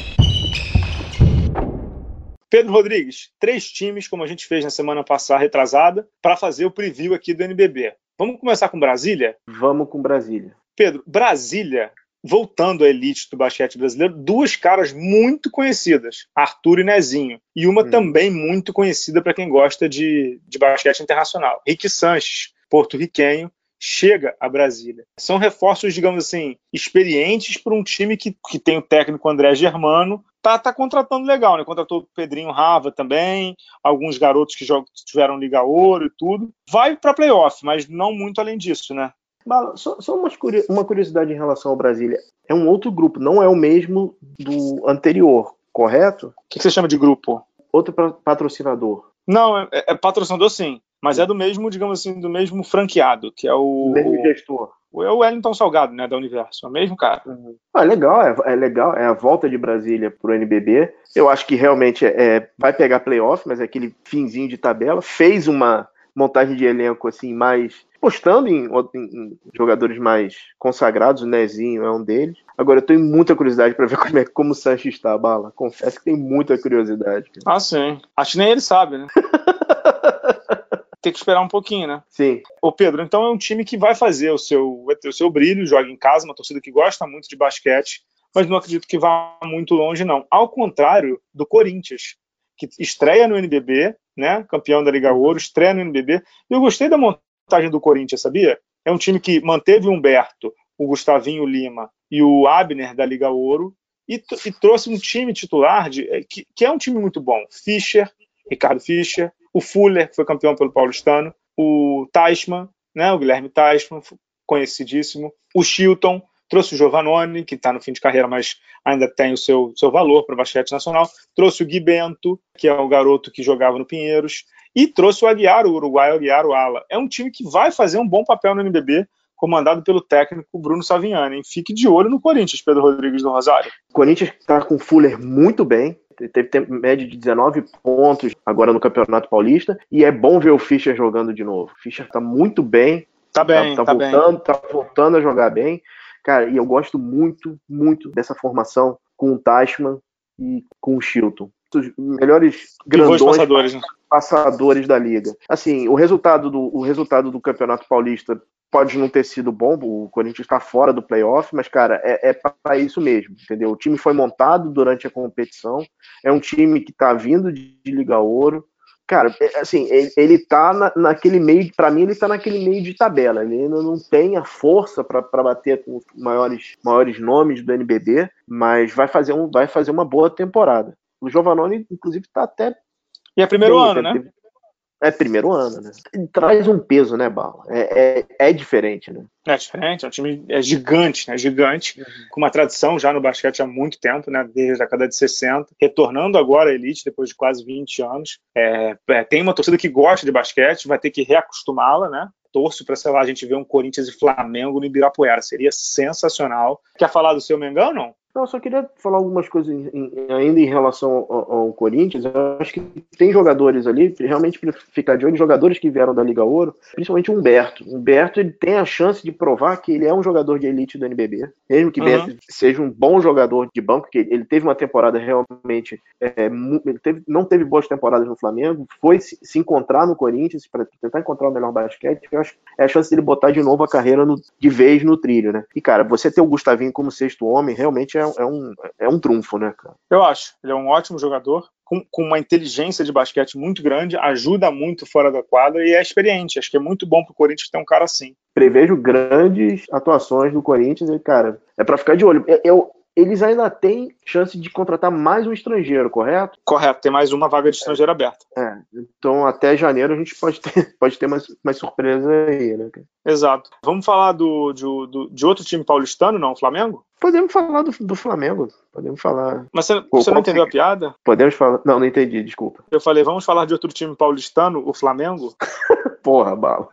Pedro Rodrigues, três times, como a gente fez na semana passada, retrasada, para fazer o preview aqui do N B B. Vamos começar com Brasília? Vamos com Brasília. Pedro, Brasília, voltando à elite do basquete brasileiro, duas caras muito conhecidas, Arthur e Nezinho, e uma hum. também muito conhecida para quem gosta de, de basquete internacional, Rick Sanches, porto-riquenho, chega a Brasília. São reforços, digamos assim, experientes para um time que, que tem o técnico André Germano, tá, tá contratando legal, né? Contratou o Pedrinho Rava também, alguns garotos que jogam, tiveram Liga Ouro e tudo. Vai para playoff, mas não muito além disso, né? Só, só uma curiosidade em relação ao Brasília. É um outro grupo, não é o mesmo do anterior, correto? O que, que você chama de grupo? Outro patrocinador. Não, é, é patrocinador sim, mas é do mesmo, digamos assim, do mesmo franqueado, que é o... mesmo gestor. O, é o Wellington Salgado, né, da Universo, é o mesmo cara. Uhum. Ah, legal, é, é legal, é a volta de Brasília pro N B B. Eu acho que realmente é, é, vai pegar playoff, mas é aquele finzinho de tabela. Fez uma montagem de elenco assim, mais postando em, em, em jogadores mais consagrados, o Nezinho é um deles. Agora eu tenho muita curiosidade para ver como é como o Sanches está, Bala. Confesso que tenho muita curiosidade. Cara. Ah, sim. Acho que nem ele sabe, né? Tem que esperar um pouquinho, né? Sim. Ô Pedro, então é um time que vai fazer o seu, vai ter o seu brilho, joga em casa, uma torcida que gosta muito de basquete, mas não acredito que vá muito longe, não. Ao contrário do Corinthians, que estreia no N B B, né? Campeão da Liga Ouro, estreia no N B B. Eu gostei da montagem do Corinthians, sabia? É um time que manteve o Humberto, o Gustavinho Lima e o Abner da Liga Ouro e, e trouxe um time titular de, que, que é um time muito bom. Fischer, Ricardo Fischer, o Fuller, que foi campeão pelo Paulistano, o Teichmann, né, o Guilherme Teichmann, conhecidíssimo, o Chilton, trouxe o Giovannone, que está no fim de carreira, mas ainda tem o seu, seu valor para o basquete nacional, trouxe o Gui Bento, que é o garoto que jogava no Pinheiros, e trouxe o Aguiar, o uruguaio Aguiar, o ala. É um time que vai fazer um bom papel no N B B, comandado pelo técnico Bruno Savignani. Hein? Fique de olho no Corinthians, Pedro Rodrigues do Rosário. O Corinthians está com o Fuller muito bem, teve tempo médio de dezenove pontos agora no Campeonato Paulista, e é bom ver o Fischer jogando de novo. O Fischer está muito bem, tá bem, tá, tá, tá voltando, bem. tá voltando a jogar bem. Cara, e eu gosto muito, muito dessa formação com o Teichmann e com o Chilton. Os melhores grandões passadores, né? passadores da liga. Assim, o resultado do, o resultado do Campeonato Paulista pode não ter sido bom, o Corinthians está fora do playoff, mas, cara, é, é para isso mesmo, entendeu? O time foi montado durante a competição, é um time que está vindo de, de Liga Ouro. Cara, assim, ele, ele tá na, naquele meio, para mim ele tá naquele meio de tabela, ele ainda não tem a força para bater com os maiores, maiores nomes do N B B, mas vai fazer, um, vai fazer uma boa temporada. O Giovannone, inclusive, tá até... E é primeiro bem, ano, né? É primeiro ano, né? Ele traz um peso, né, Bala? É, é, é diferente, né? É diferente, é um time é gigante, né? Gigante, uhum. Com uma tradição já no basquete há muito tempo, né? Desde a década de sessenta, retornando agora à elite depois de quase vinte anos. É, é, tem uma torcida que gosta de basquete, vai ter que reacostumá-la, né? Torço para, sei lá, a gente ver um Corinthians e Flamengo no Ibirapuera, seria sensacional. Quer falar do seu Mengão, não? Não, eu só queria falar algumas coisas em, em, ainda em relação ao, ao Corinthians. Eu acho que tem jogadores ali, realmente ficar de olho, jogadores que vieram da Liga Ouro, principalmente o Humberto. O Humberto, ele tem a chance de provar que ele é um jogador de elite do N B B, mesmo que uhum. seja um bom jogador de banco, que ele teve uma temporada realmente, é, ele teve, não teve boas temporadas no Flamengo, foi se, se encontrar no Corinthians para tentar encontrar o melhor basquete. Eu acho que é a chance dele botar de novo a carreira no, de vez no trilho, né? E, cara, você ter o Gustavinho como sexto homem, realmente é É um, é um trunfo, né, cara? Eu acho. Ele é um ótimo jogador, com, com uma inteligência de basquete muito grande, ajuda muito fora da quadra e é experiente. Acho que é muito bom pro Corinthians ter um cara assim. Prevejo grandes atuações do Corinthians e, cara, é pra ficar de olho. Eu, eles ainda têm chance de contratar mais um estrangeiro, correto? Correto, tem mais uma vaga de estrangeiro é. aberta. É, então até janeiro a gente pode ter, pode ter mais, mais surpresa aí, né? Exato. Vamos falar do, de, do, de outro time paulistano, não? O Flamengo? Podemos falar do, do Flamengo, podemos falar. Mas você, Pô, você não entendeu que... a piada? Podemos falar. Não, não entendi, desculpa. Eu falei, vamos falar de outro time paulistano, o Flamengo? Porra, Bala.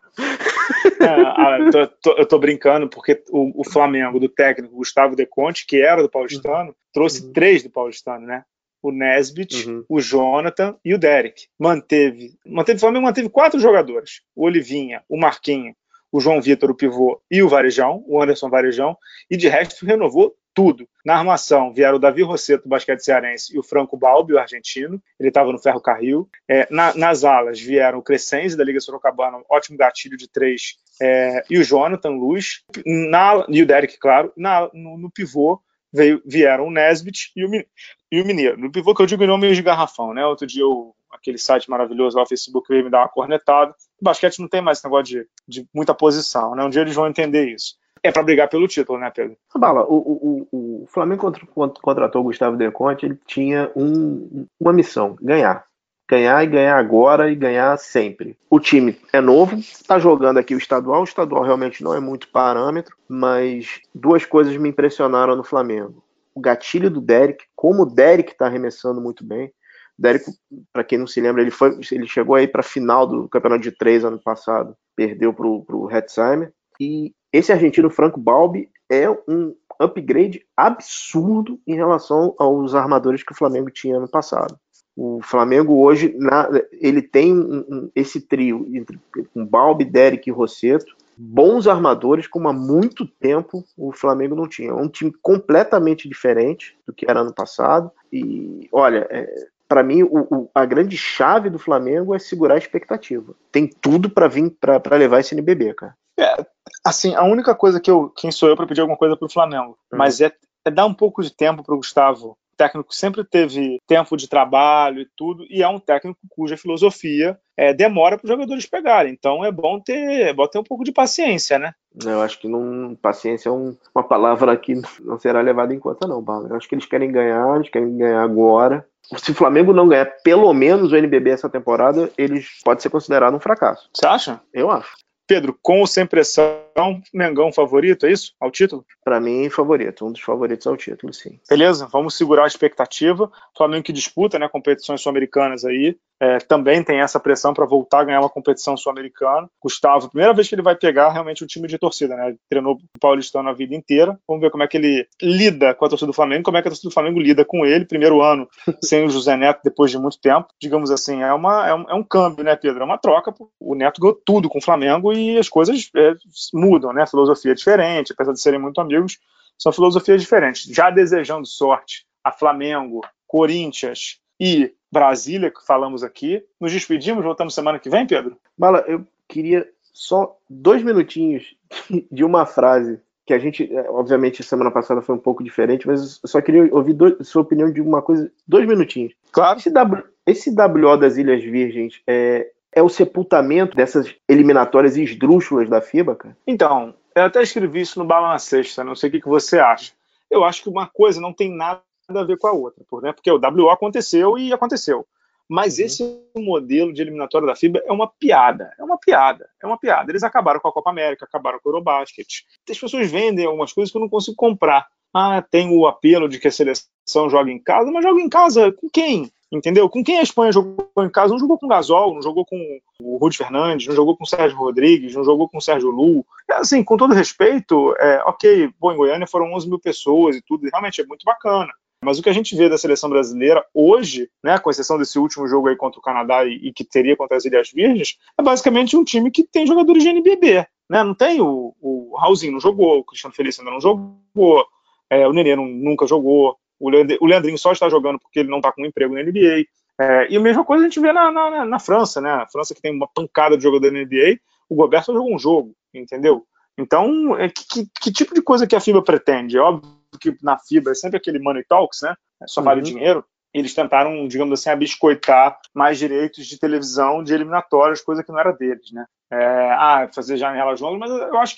É, eu, tô, tô, eu tô brincando porque o, o Flamengo, do técnico Gustavo De Conte, que era do paulistano, uhum. trouxe uhum. três do paulistano, né? O Nesbitt, uhum. o Jonathan e o Derek. Manteve, manteve, o Flamengo manteve quatro jogadores: o Olivinha, o Marquinho, o João Vitor, o pivô, e o Varejão, o Anderson Varejão, e de resto renovou tudo. Na armação vieram o Davi Rosseto, do basquete cearense, e o Franco Balbi, o argentino, ele estava no Ferro Carril. É, na, nas alas vieram o Crescenzi, da Liga Sorocabana, um ótimo gatilho de três, é, e o Jonathan Luz, na, e o Derek, claro. Na, no, no pivô veio, vieram o Nesbitt e o, e o Mineiro. No pivô que eu digo em nome de garrafão, né? Outro dia eu, aquele site maravilhoso lá, o Facebook, veio me dar uma cornetada. O basquete não tem mais esse negócio de, de muita posição, né? Um dia eles vão entender isso. É para brigar pelo título, né, Pedro? Bala, o, o, o Flamengo contra, contratou o Gustavo De Conte, ele tinha um, uma missão: ganhar. Ganhar e ganhar agora e ganhar sempre. O time é novo, está jogando aqui o estadual. O estadual realmente não é muito parâmetro, mas duas coisas me impressionaram no Flamengo. O gatilho do Derek, como o Derek está arremessando muito bem. O Derek, para quem não se lembra, ele, foi, ele chegou aí para a final do Campeonato de Três ano passado, perdeu para o Hetzheimer. E esse argentino Franco Balbi é um upgrade absurdo em relação aos armadores que o Flamengo tinha no passado. O Flamengo hoje, na, ele tem um, um, esse trio entre um Balbi, Derek e Rosseto, bons armadores, como há muito tempo o Flamengo não tinha. É um time completamente diferente do que era ano passado. E, olha, é, para mim, o, o, a grande chave do Flamengo é segurar a expectativa. Tem tudo para vir para levar esse N B B, cara. É, assim, a única coisa que eu, quem sou eu para pedir alguma coisa pro Flamengo, hum. mas é, é dar um pouco de tempo pro Gustavo. O técnico sempre teve tempo de trabalho e tudo, e é um técnico cuja filosofia é, demora para os jogadores pegarem. Então é bom ter, é bom ter um pouco de paciência, né? Eu acho que não, paciência é um, uma palavra que não será levada em conta, não, Bala. Eu acho que eles querem ganhar, eles querem ganhar agora. Se o Flamengo não ganhar pelo menos o N B B essa temporada, eles pode ser considerado um fracasso. Você acha? Eu acho. Pedro, com ou sem pressão, Mengão favorito, é isso? Ao título? Para mim, favorito. Um dos favoritos ao título, sim. Beleza, vamos segurar a expectativa. Flamengo que disputa, né, competições sul-americanas aí, é, também tem essa pressão para voltar a ganhar uma competição sul-americana. Gustavo, primeira vez que ele vai pegar realmente um time de torcida, né? Ele treinou o paulistano a vida inteira. Vamos ver como é que ele lida com a torcida do Flamengo, como é que a torcida do Flamengo lida com ele. Primeiro ano sem o José Neto, depois de muito tempo. Digamos assim, é, uma, é, um, é um câmbio, né, Pedro? É uma troca. O Neto ganhou tudo com o Flamengo e as coisas é, mudam, né? A filosofia é diferente, apesar de serem muito amigos, são filosofias diferentes. Já desejando sorte a Flamengo, Corinthians e Brasília, que falamos aqui. Nos despedimos, voltamos semana que vem, Pedro? Bala, eu queria só dois minutinhos de uma frase que a gente, obviamente, semana passada foi um pouco diferente, mas eu só queria ouvir dois, sua opinião de uma coisa, dois minutinhos. Claro. Esse, w, esse W O das Ilhas Virgens é, é o sepultamento dessas eliminatórias esdrúxulas da FIBA, cara? Então, eu até escrevi isso no Bala na Sexta, não sei o que, que você acha. Eu acho que uma coisa não tem nada a ver com a outra, né? Porque o W O aconteceu e aconteceu. Mas uhum. esse modelo de eliminatória da FIBA é uma piada, é uma piada, é uma piada. Eles acabaram com a Copa América, acabaram com o Eurobasket. As pessoas vendem algumas coisas que eu não consigo comprar. Ah, tem o apelo de que a seleção joga em casa, mas joga em casa com quem? Entendeu? Com quem a Espanha jogou em casa? Não jogou com o Gasol, não jogou com o Rudy Fernandes, não jogou com o Sérgio Rodrigues, não jogou com o Sérgio Lu. É, assim, com todo respeito, é, ok, bom, em Goiânia foram onze mil pessoas e tudo, e realmente é muito bacana. Mas o que a gente vê da seleção brasileira hoje, né, com exceção desse último jogo aí contra o Canadá e, e que teria contra as Ilhas Virgens, é basicamente um time que tem jogadores de N B B. Né? Não tem o, o Raulzinho, não jogou, o Cristiano Felício ainda não jogou, é, o Nenê não, nunca jogou, o, Leandro, o Leandrinho só está jogando porque ele não está com um emprego na N B A. É, e a mesma coisa a gente vê na, na, na França, né? A França que tem uma pancada de jogador da N B A, o Gobert só jogou um jogo, entendeu? Então, é, que, que, que tipo de coisa que a FIBA pretende? É óbvio que na FIBA é sempre aquele money talks, né? Só vale uhum. dinheiro. Eles tentaram, digamos assim, abiscoitar mais direitos de televisão de eliminatórias, coisa que não era deles, né? É, ah, fazer janelas longas, mas eu acho que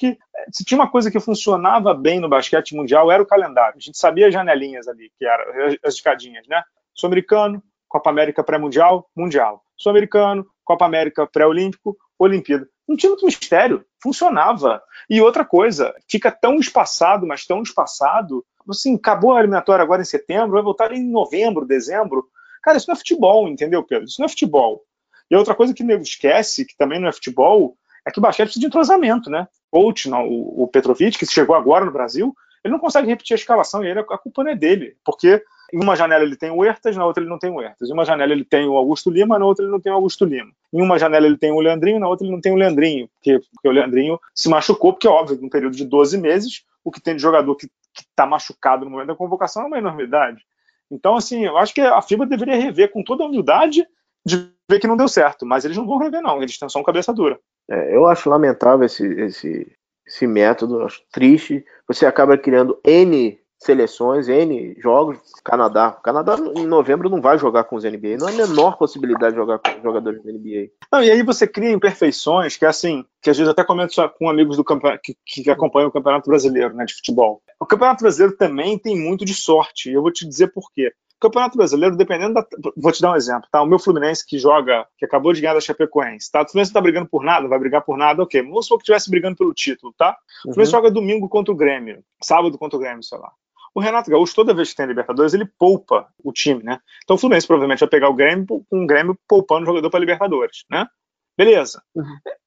se tinha uma coisa que funcionava bem no basquete mundial, era o calendário. A gente sabia as janelinhas ali, que eram as escadinhas, né? Sul-Americano, Copa América pré-mundial, mundial. Sul-Americano, Copa América pré-olímpico, Olimpíada. Não tinha muito mistério, funcionava. E outra coisa, fica tão espaçado, mas tão espaçado, assim, acabou a eliminatória agora em setembro, vai voltar em novembro, dezembro. Cara, isso não é futebol, entendeu, Pedro? Isso não é futebol. E outra coisa que o nego esquece, que também não é futebol, é que o basquete precisa de entrosamento, né? O coach, não, o, o Petrovic, que chegou agora no Brasil, ele não consegue repetir a escalação, e ele, a culpa não é dele, porque em uma janela ele tem o Huertas, na outra ele não tem o Huertas. Em uma janela ele tem o Augusto Lima, na outra ele não tem o Augusto Lima. Em uma janela ele tem o Leandrinho, na outra ele não tem o Leandrinho, porque, porque o Leandrinho se machucou, porque, óbvio, num período de doze meses, o que tem de jogador que está machucado no momento da convocação é uma enormidade. Então, assim, eu acho que a FIBA deveria rever com toda a humildade de ver que não deu certo, mas eles não vão rever, não. Eles têm só um cabeça dura. É, eu acho lamentável esse, esse, esse método, acho triste. Você acaba criando N seleções, N jogos. Canadá. O Canadá em novembro não vai jogar com os N B A. Não há a menor possibilidade de jogar com os jogadores do N B A. Não, e aí você cria imperfeições que, assim, que às vezes até comento com amigos do campe... que, que acompanham o Campeonato Brasileiro, né, de futebol. O Campeonato Brasileiro também tem muito de sorte. E eu vou te dizer por quê. O Campeonato Brasileiro, dependendo da... Vou te dar um exemplo, tá? O meu Fluminense que joga, que acabou de ganhar da Chapecoense, tá? O Fluminense não tá brigando por nada, vai brigar por nada, ok. Vamos supor que estivesse brigando pelo título, tá? O Fluminense uhum. joga domingo contra o Grêmio, sábado contra o Grêmio, sei lá. O Renato Gaúcho, toda vez que tem a Libertadores, ele poupa o time, né? Então o Fluminense provavelmente vai pegar o Grêmio com o Grêmio poupando o jogador para a Libertadores, né? Beleza. Uhum.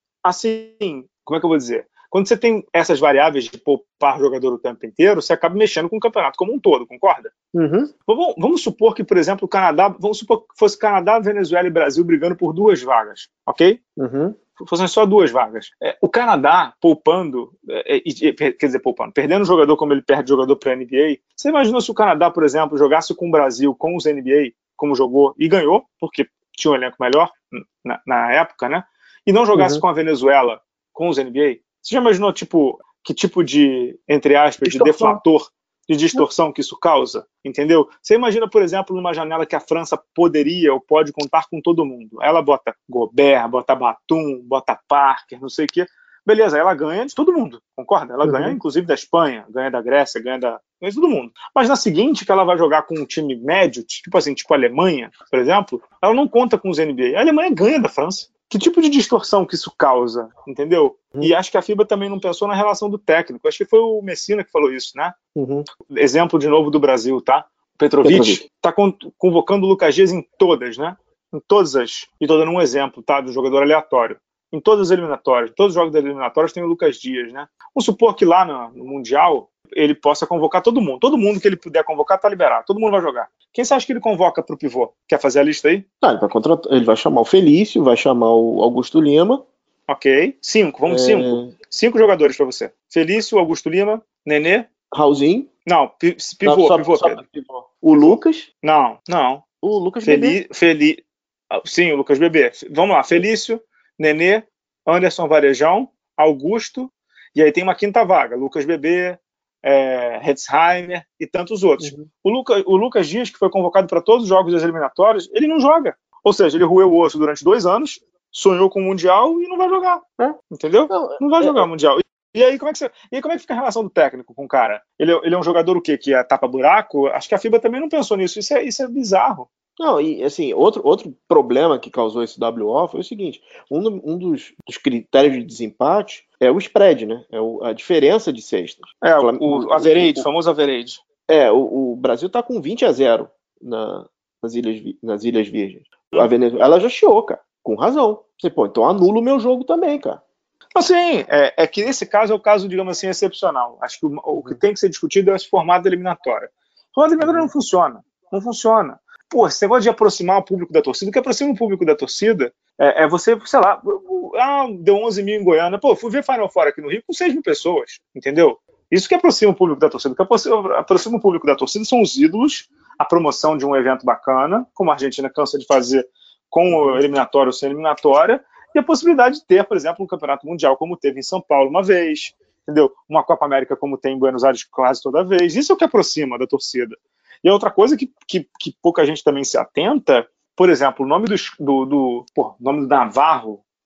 Assim, como é que eu vou dizer? Quando você tem essas variáveis de poupar o jogador o tempo inteiro, você acaba mexendo com o campeonato como um todo, concorda? Uhum. Vamos, vamos supor que, por exemplo, o Canadá, vamos supor que fosse Canadá, Venezuela e Brasil brigando por duas vagas, ok? Uhum. Fossem só duas vagas. É, o Canadá poupando, é, é, quer dizer, poupando, perdendo o jogador como ele perde o jogador para a N B A, você imaginou se o Canadá, por exemplo, jogasse com o Brasil, com os N B A, como jogou, e ganhou, porque tinha um elenco melhor na, na época, né? E não jogasse uhum. com a Venezuela, com os N B A? Você já imaginou, tipo, que tipo de, entre aspas, distorção. de deflator, de distorção que isso causa? Entendeu? Você imagina, por exemplo, numa janela que a França poderia ou pode contar com todo mundo. Ela bota Gobert, bota Batum, bota Parker, não sei o quê. Beleza, ela ganha de todo mundo, concorda? Ela uhum. ganha, inclusive, da Espanha, ganha da Grécia, ganha, da... ganha de todo mundo. Mas na seguinte, que ela vai jogar com um time médio, tipo assim, tipo a Alemanha, por exemplo, ela não conta com os N B A. A Alemanha ganha da França. Que tipo de distorção que isso causa, entendeu? Uhum. E acho que a FIBA também não pensou na relação do técnico. Acho que foi o Messina que falou isso, né? Uhum. Exemplo de novo do Brasil, tá? O Petrovic está convocando o Lucas Dias em todas, né? Em todas as... E tô dando um exemplo, tá? Do jogador aleatório. Em todas as eliminatórias, todos os jogos das eliminatórias tem o Lucas Dias, né? Vamos supor que lá no, no Mundial ele possa convocar todo mundo. Todo mundo que ele puder convocar tá liberado. Todo mundo vai jogar. Quem você acha que ele convoca pro pivô? Quer fazer a lista aí? Ah, ele, vai contratar, ele vai chamar o Felício, vai chamar o Augusto Lima. Ok. Cinco, vamos é... cinco. Cinco jogadores pra você. Felício, Augusto Lima, Nenê. Raulzinho. Não, pi pivô, não, só, pivô, só Pedro. Pivô. O Lucas. Não, não. O Lucas Feli Bebê. Feli Sim, o Lucas Bebê. Vamos lá. Felício, Nenê, Anderson Varejão, Augusto, e aí tem uma quinta vaga, Lucas Bebê, é, Hetzheimer e tantos outros. Uhum. O, Luca, o Lucas Dias, que foi convocado para todos os jogos das eliminatórias, ele não joga. Ou seja, ele roeu o osso durante dois anos, sonhou com o Mundial e não vai jogar. É? Entendeu? Não, não vai é, jogar o Mundial. E aí, como é que você, e aí, como é que fica a relação do técnico com o cara? Ele, ele é um jogador o quê? Que é tapa-buraco? Acho que a FIBA também não pensou nisso. Isso é, isso é bizarro. Não, e assim, outro, outro problema que causou esse W O foi o seguinte, um, do, um dos, dos critérios de desempate é o spread, né? É o, a diferença de cestas. É, o, o, o average, o famoso average. É, o, o Brasil tá com vinte a zero na, nas, Ilhas, nas Ilhas Virgens. A Venezuela já chiou, cara, com razão. Você, pô, então anula o meu jogo também, cara. Assim, é, é que nesse caso é o caso, digamos assim, excepcional. Acho que o, o que tem que ser discutido é esse formato eliminatório. O formato eliminatório não funciona. Não funciona. Pô, esse negócio de aproximar o público da torcida, o que aproxima o público da torcida é, é você, sei lá, ah, deu onze mil em Goiânia, pô, fui ver Final Four aqui no Rio com seis mil pessoas, entendeu? Isso que aproxima o público da torcida. O que aproxima, aproxima o público da torcida são os ídolos, a promoção de um evento bacana, como a Argentina cansa de fazer com o eliminatório ou sem eliminatória, e a possibilidade de ter, por exemplo, um campeonato mundial como teve em São Paulo uma vez, entendeu? Uma Copa América como tem em Buenos Aires quase toda vez. Isso é o que aproxima da torcida. E a outra coisa que, que, que pouca gente também se atenta, por exemplo, o nome do, do, do, pô, nome do Navarro,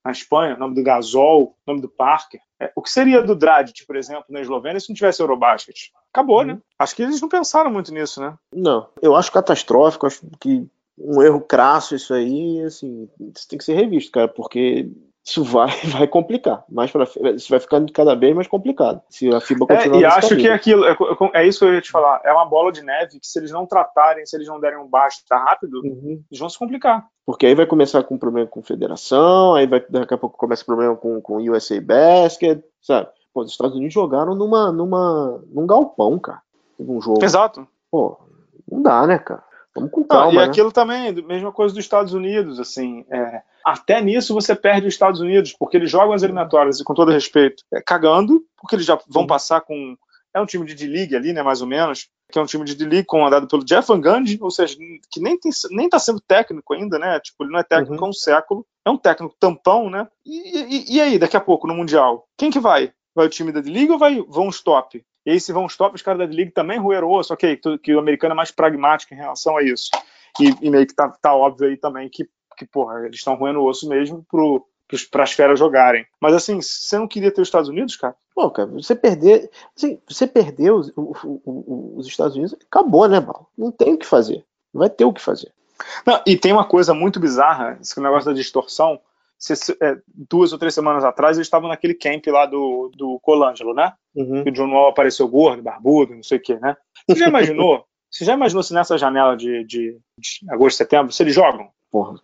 na Espanha, o nome do Gasol, o nome do Parker. É, o que seria do Dragic, por exemplo, na Eslovênia, se não tivesse Eurobasket? Acabou, uhum. né? Acho que eles não pensaram muito nisso, né? Não, eu acho catastrófico, acho que um erro crasso isso aí, assim, isso tem que ser revisto, cara, porque isso vai, vai complicar. Mais pra, isso vai ficando cada vez mais complicado. Se a FIBA continuar é, E acho caminho. que aquilo, é, é isso que eu ia te falar, é uma bola de neve que se eles não tratarem, se eles não derem um basta rápido, uhum. eles vão se complicar. Porque aí vai começar com problema com federação, aí vai, daqui a pouco começa problema com, com o U S A Basket, sabe? Pô, os Estados Unidos jogaram numa, numa, num galpão, cara. Um jogo. Exato. Pô, não dá, né, cara? Vamos com calma, não, e né? aquilo também, mesma coisa dos Estados Unidos, assim, é, até nisso você perde os Estados Unidos, porque eles jogam as eliminatórias, e com todo respeito, é, cagando, porque eles já vão passar com, é um time de D-League ali, né, mais ou menos, que é um time de D-League comandado pelo Jeff Van Gundy, ou seja, que nem, tem, nem tá sendo técnico ainda, né, tipo, ele não é técnico uhum. há um século, é um técnico tampão, né, e, e, e aí, daqui a pouco, no Mundial, quem que vai? Vai o time da D-League ou vai, vão os top? E aí, se vão os top, os caras da D-League também roeram o osso, ok, que o americano é mais pragmático em relação a isso. E, e meio que tá, tá óbvio aí também que, que porra, eles estão roendo o osso mesmo pro, para as feras jogarem. Mas assim, você não queria ter os Estados Unidos, cara? Pô, cara, você perder, assim, você perdeu os, o, o, os Estados Unidos, acabou, né, Bal? Não tem o que fazer. Não vai ter o que fazer. Não, e tem uma coisa muito bizarra, esse negócio da distorção. Se, é, duas ou três semanas atrás, eles estavam naquele camp lá do, do Colangelo, né? Uhum. Que o John Wall apareceu gordo, barbudo, não sei o que, né? Você já imaginou? Você já imaginou se nessa janela de, de, de agosto, setembro, se eles jogam? Porra,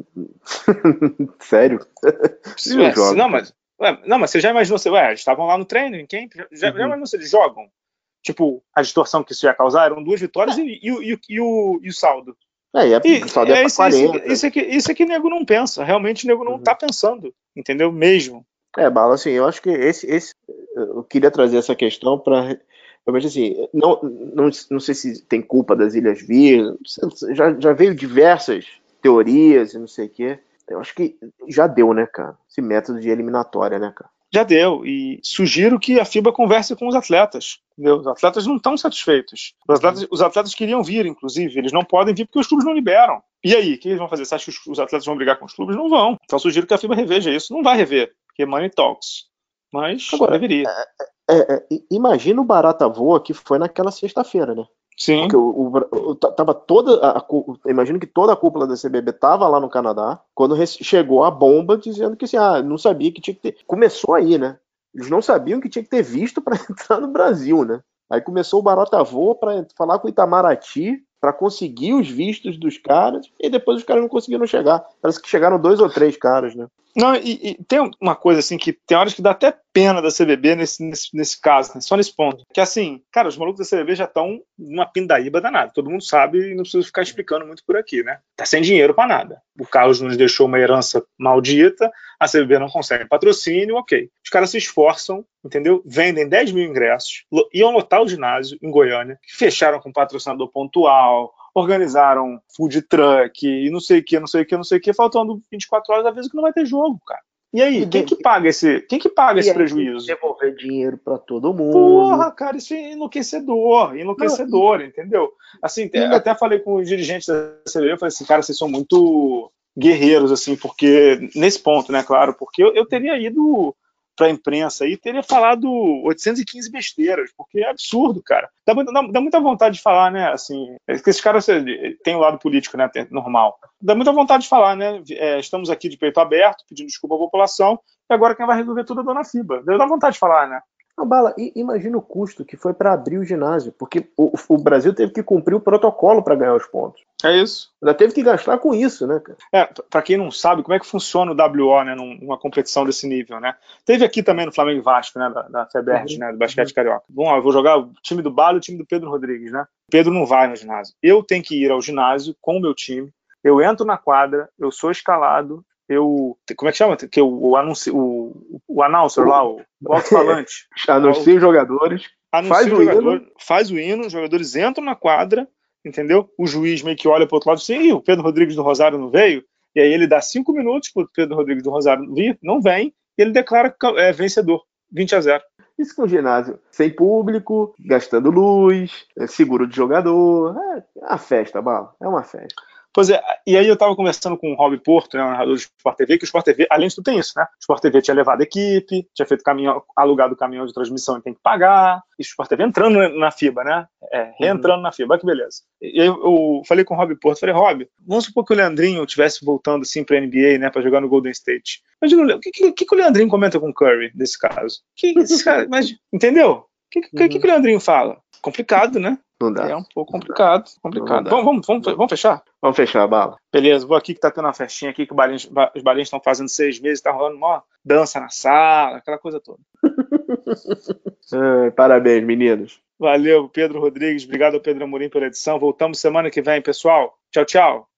sério? Se, ué, se, não, mas, ué, não, mas você já imaginou se, ué, eles estavam lá no treino, em camp, já, uhum. já imaginou se eles jogam? Tipo, a distorção que isso ia causar eram duas vitórias é. e, e, e, e, o, e o saldo. É, e, e, o saldo é, é isso, isso, isso, é que, isso é que nego não pensa, realmente o nego não uhum. tá pensando, entendeu? Mesmo. É, Bala, assim, eu acho que esse, esse eu queria trazer essa questão para realmente assim, não, não, não sei se tem culpa das Ilhas Virgens, já, já veio diversas teorias e não sei o quê. Eu acho que já deu, né, cara? Esse método de eliminatória, né, cara? Já deu, e sugiro que a FIBA converse com os atletas, entendeu? Os atletas não estão satisfeitos. Os atletas, os atletas queriam vir, inclusive, eles não podem vir porque os clubes não liberam. E aí, o que eles vão fazer? Você acha que os atletas vão brigar com os clubes? Não vão. Então sugiro que a FIBA reveja isso. Não vai rever, porque money talks. Mas agora, deveria. É, é, é, imagina o barata voa que foi naquela sexta-feira, né? Sim. Porque o, o, o, tava toda a, a, imagino que toda a cúpula da C B B tava lá no Canadá quando chegou a bomba dizendo que assim, ah, não sabia que tinha que ter. Começou aí, né? Eles não sabiam que tinha que ter visto para entrar no Brasil, né? Aí começou o barata voa para falar com o Itamaraty para conseguir os vistos dos caras e depois os caras não conseguiram chegar. Parece que chegaram dois ou três caras, né? Não, e, e tem uma coisa assim que tem horas que dá até pena da C B B nesse, nesse, nesse caso, né? Só nesse ponto. Que assim, cara, os malucos da C B B já estão numa pindaíba danada. Todo mundo sabe e não precisa ficar explicando muito por aqui, né? Tá sem dinheiro pra nada. O Carlos nos deixou uma herança maldita, a C B B não consegue patrocínio, ok. Os caras se esforçam, entendeu? Vendem dez mil ingressos, iam lotar o ginásio em Goiânia, fecharam com patrocinador pontual, organizaram food truck e não sei o que, não sei o que, não sei o que, faltando vinte e quatro horas, avisa que não vai ter jogo, cara. E aí, e quem que paga esse, quem que paga esse prejuízo? Devolver dinheiro pra todo mundo. Porra, cara, isso é enlouquecedor, enlouquecedor, não, entendeu? Assim, ainda... até falei com os dirigentes da C B B, eu falei assim, cara, vocês são muito guerreiros, assim, porque, nesse ponto, né, claro, porque eu, eu teria ido pra imprensa e teria falado oitocentas e quinze besteiras, porque é absurdo, cara. Dá, dá, dá muita vontade de falar, né, assim, é que esses caras tem o lado político, né, normal. Dá muita vontade de falar, né, é, estamos aqui de peito aberto, pedindo desculpa à população, e agora quem vai resolver tudo é a dona FIBA. Dá vontade de falar, né. Não, Bala, imagina o custo que foi para abrir o ginásio, porque o, o Brasil teve que cumprir o protocolo para ganhar os pontos. É isso. Ainda teve que gastar com isso, né, cara? É, para quem não sabe, como é que funciona o W O, né, numa competição desse nível, né? Teve aqui também no Flamengo e Vasco, né, da, da FEBERT, uhum. né, do basquete uhum. carioca. Bom, ó, eu vou jogar o time do Balo e o time do Pedro Rodrigues, né? O Pedro não vai no ginásio. Eu tenho que ir ao ginásio com o meu time, eu entro na quadra, eu sou escalado, eu... Como é que chama? Que o, o, anuncio, o, o announcer lá, o, o alto-falante. Anuncia os jogadores, anuncia faz o jogador, hino. Faz o hino, os jogadores entram na quadra, entendeu? O juiz meio que olha pro outro lado e diz assim, o Pedro Rodrigues do Rosário não veio? E aí ele dá cinco minutos pro Pedro Rodrigues do Rosário vir, não vem, e ele declara é, vencedor, vinte a zero. Isso com o ginásio sem público, gastando luz, seguro de jogador, é uma festa, Bala, é uma festa. Pois é, e aí eu tava conversando com o Rob Porto, né, o narrador do Sport T V, que o Sport T V, além de tudo, tem isso, né? O Sport T V tinha levado a equipe, tinha feito caminhão, alugado o caminhão de transmissão e tem que pagar, e o Sport T V entrando na FIBA, né? É, reentrando uhum. na FIBA, que beleza. E aí eu, eu falei com o Rob Porto, falei, Rob, vamos supor que o Leandrinho estivesse voltando assim pra N B A, né, pra jogar no Golden State. Imagina, o que, que, que o Leandrinho comenta com o Curry nesse caso? Que, esse cara, mas, entendeu? O que, que, uhum. que, que o Leandrinho fala? Complicado, né? Não dá. É um pouco complicado. complicado. Vamos, vamos, vamos, vamos fechar? Vamos fechar, Bala. Beleza, vou aqui que tá tendo uma festinha aqui que o balinho, os balinhos estão fazendo seis meses, tá rolando uma dança na sala, aquela coisa toda. Ai, parabéns, meninos. Valeu, Pedro Rodrigues. Obrigado ao Pedro Amorim pela edição. Voltamos semana que vem, pessoal. Tchau, tchau.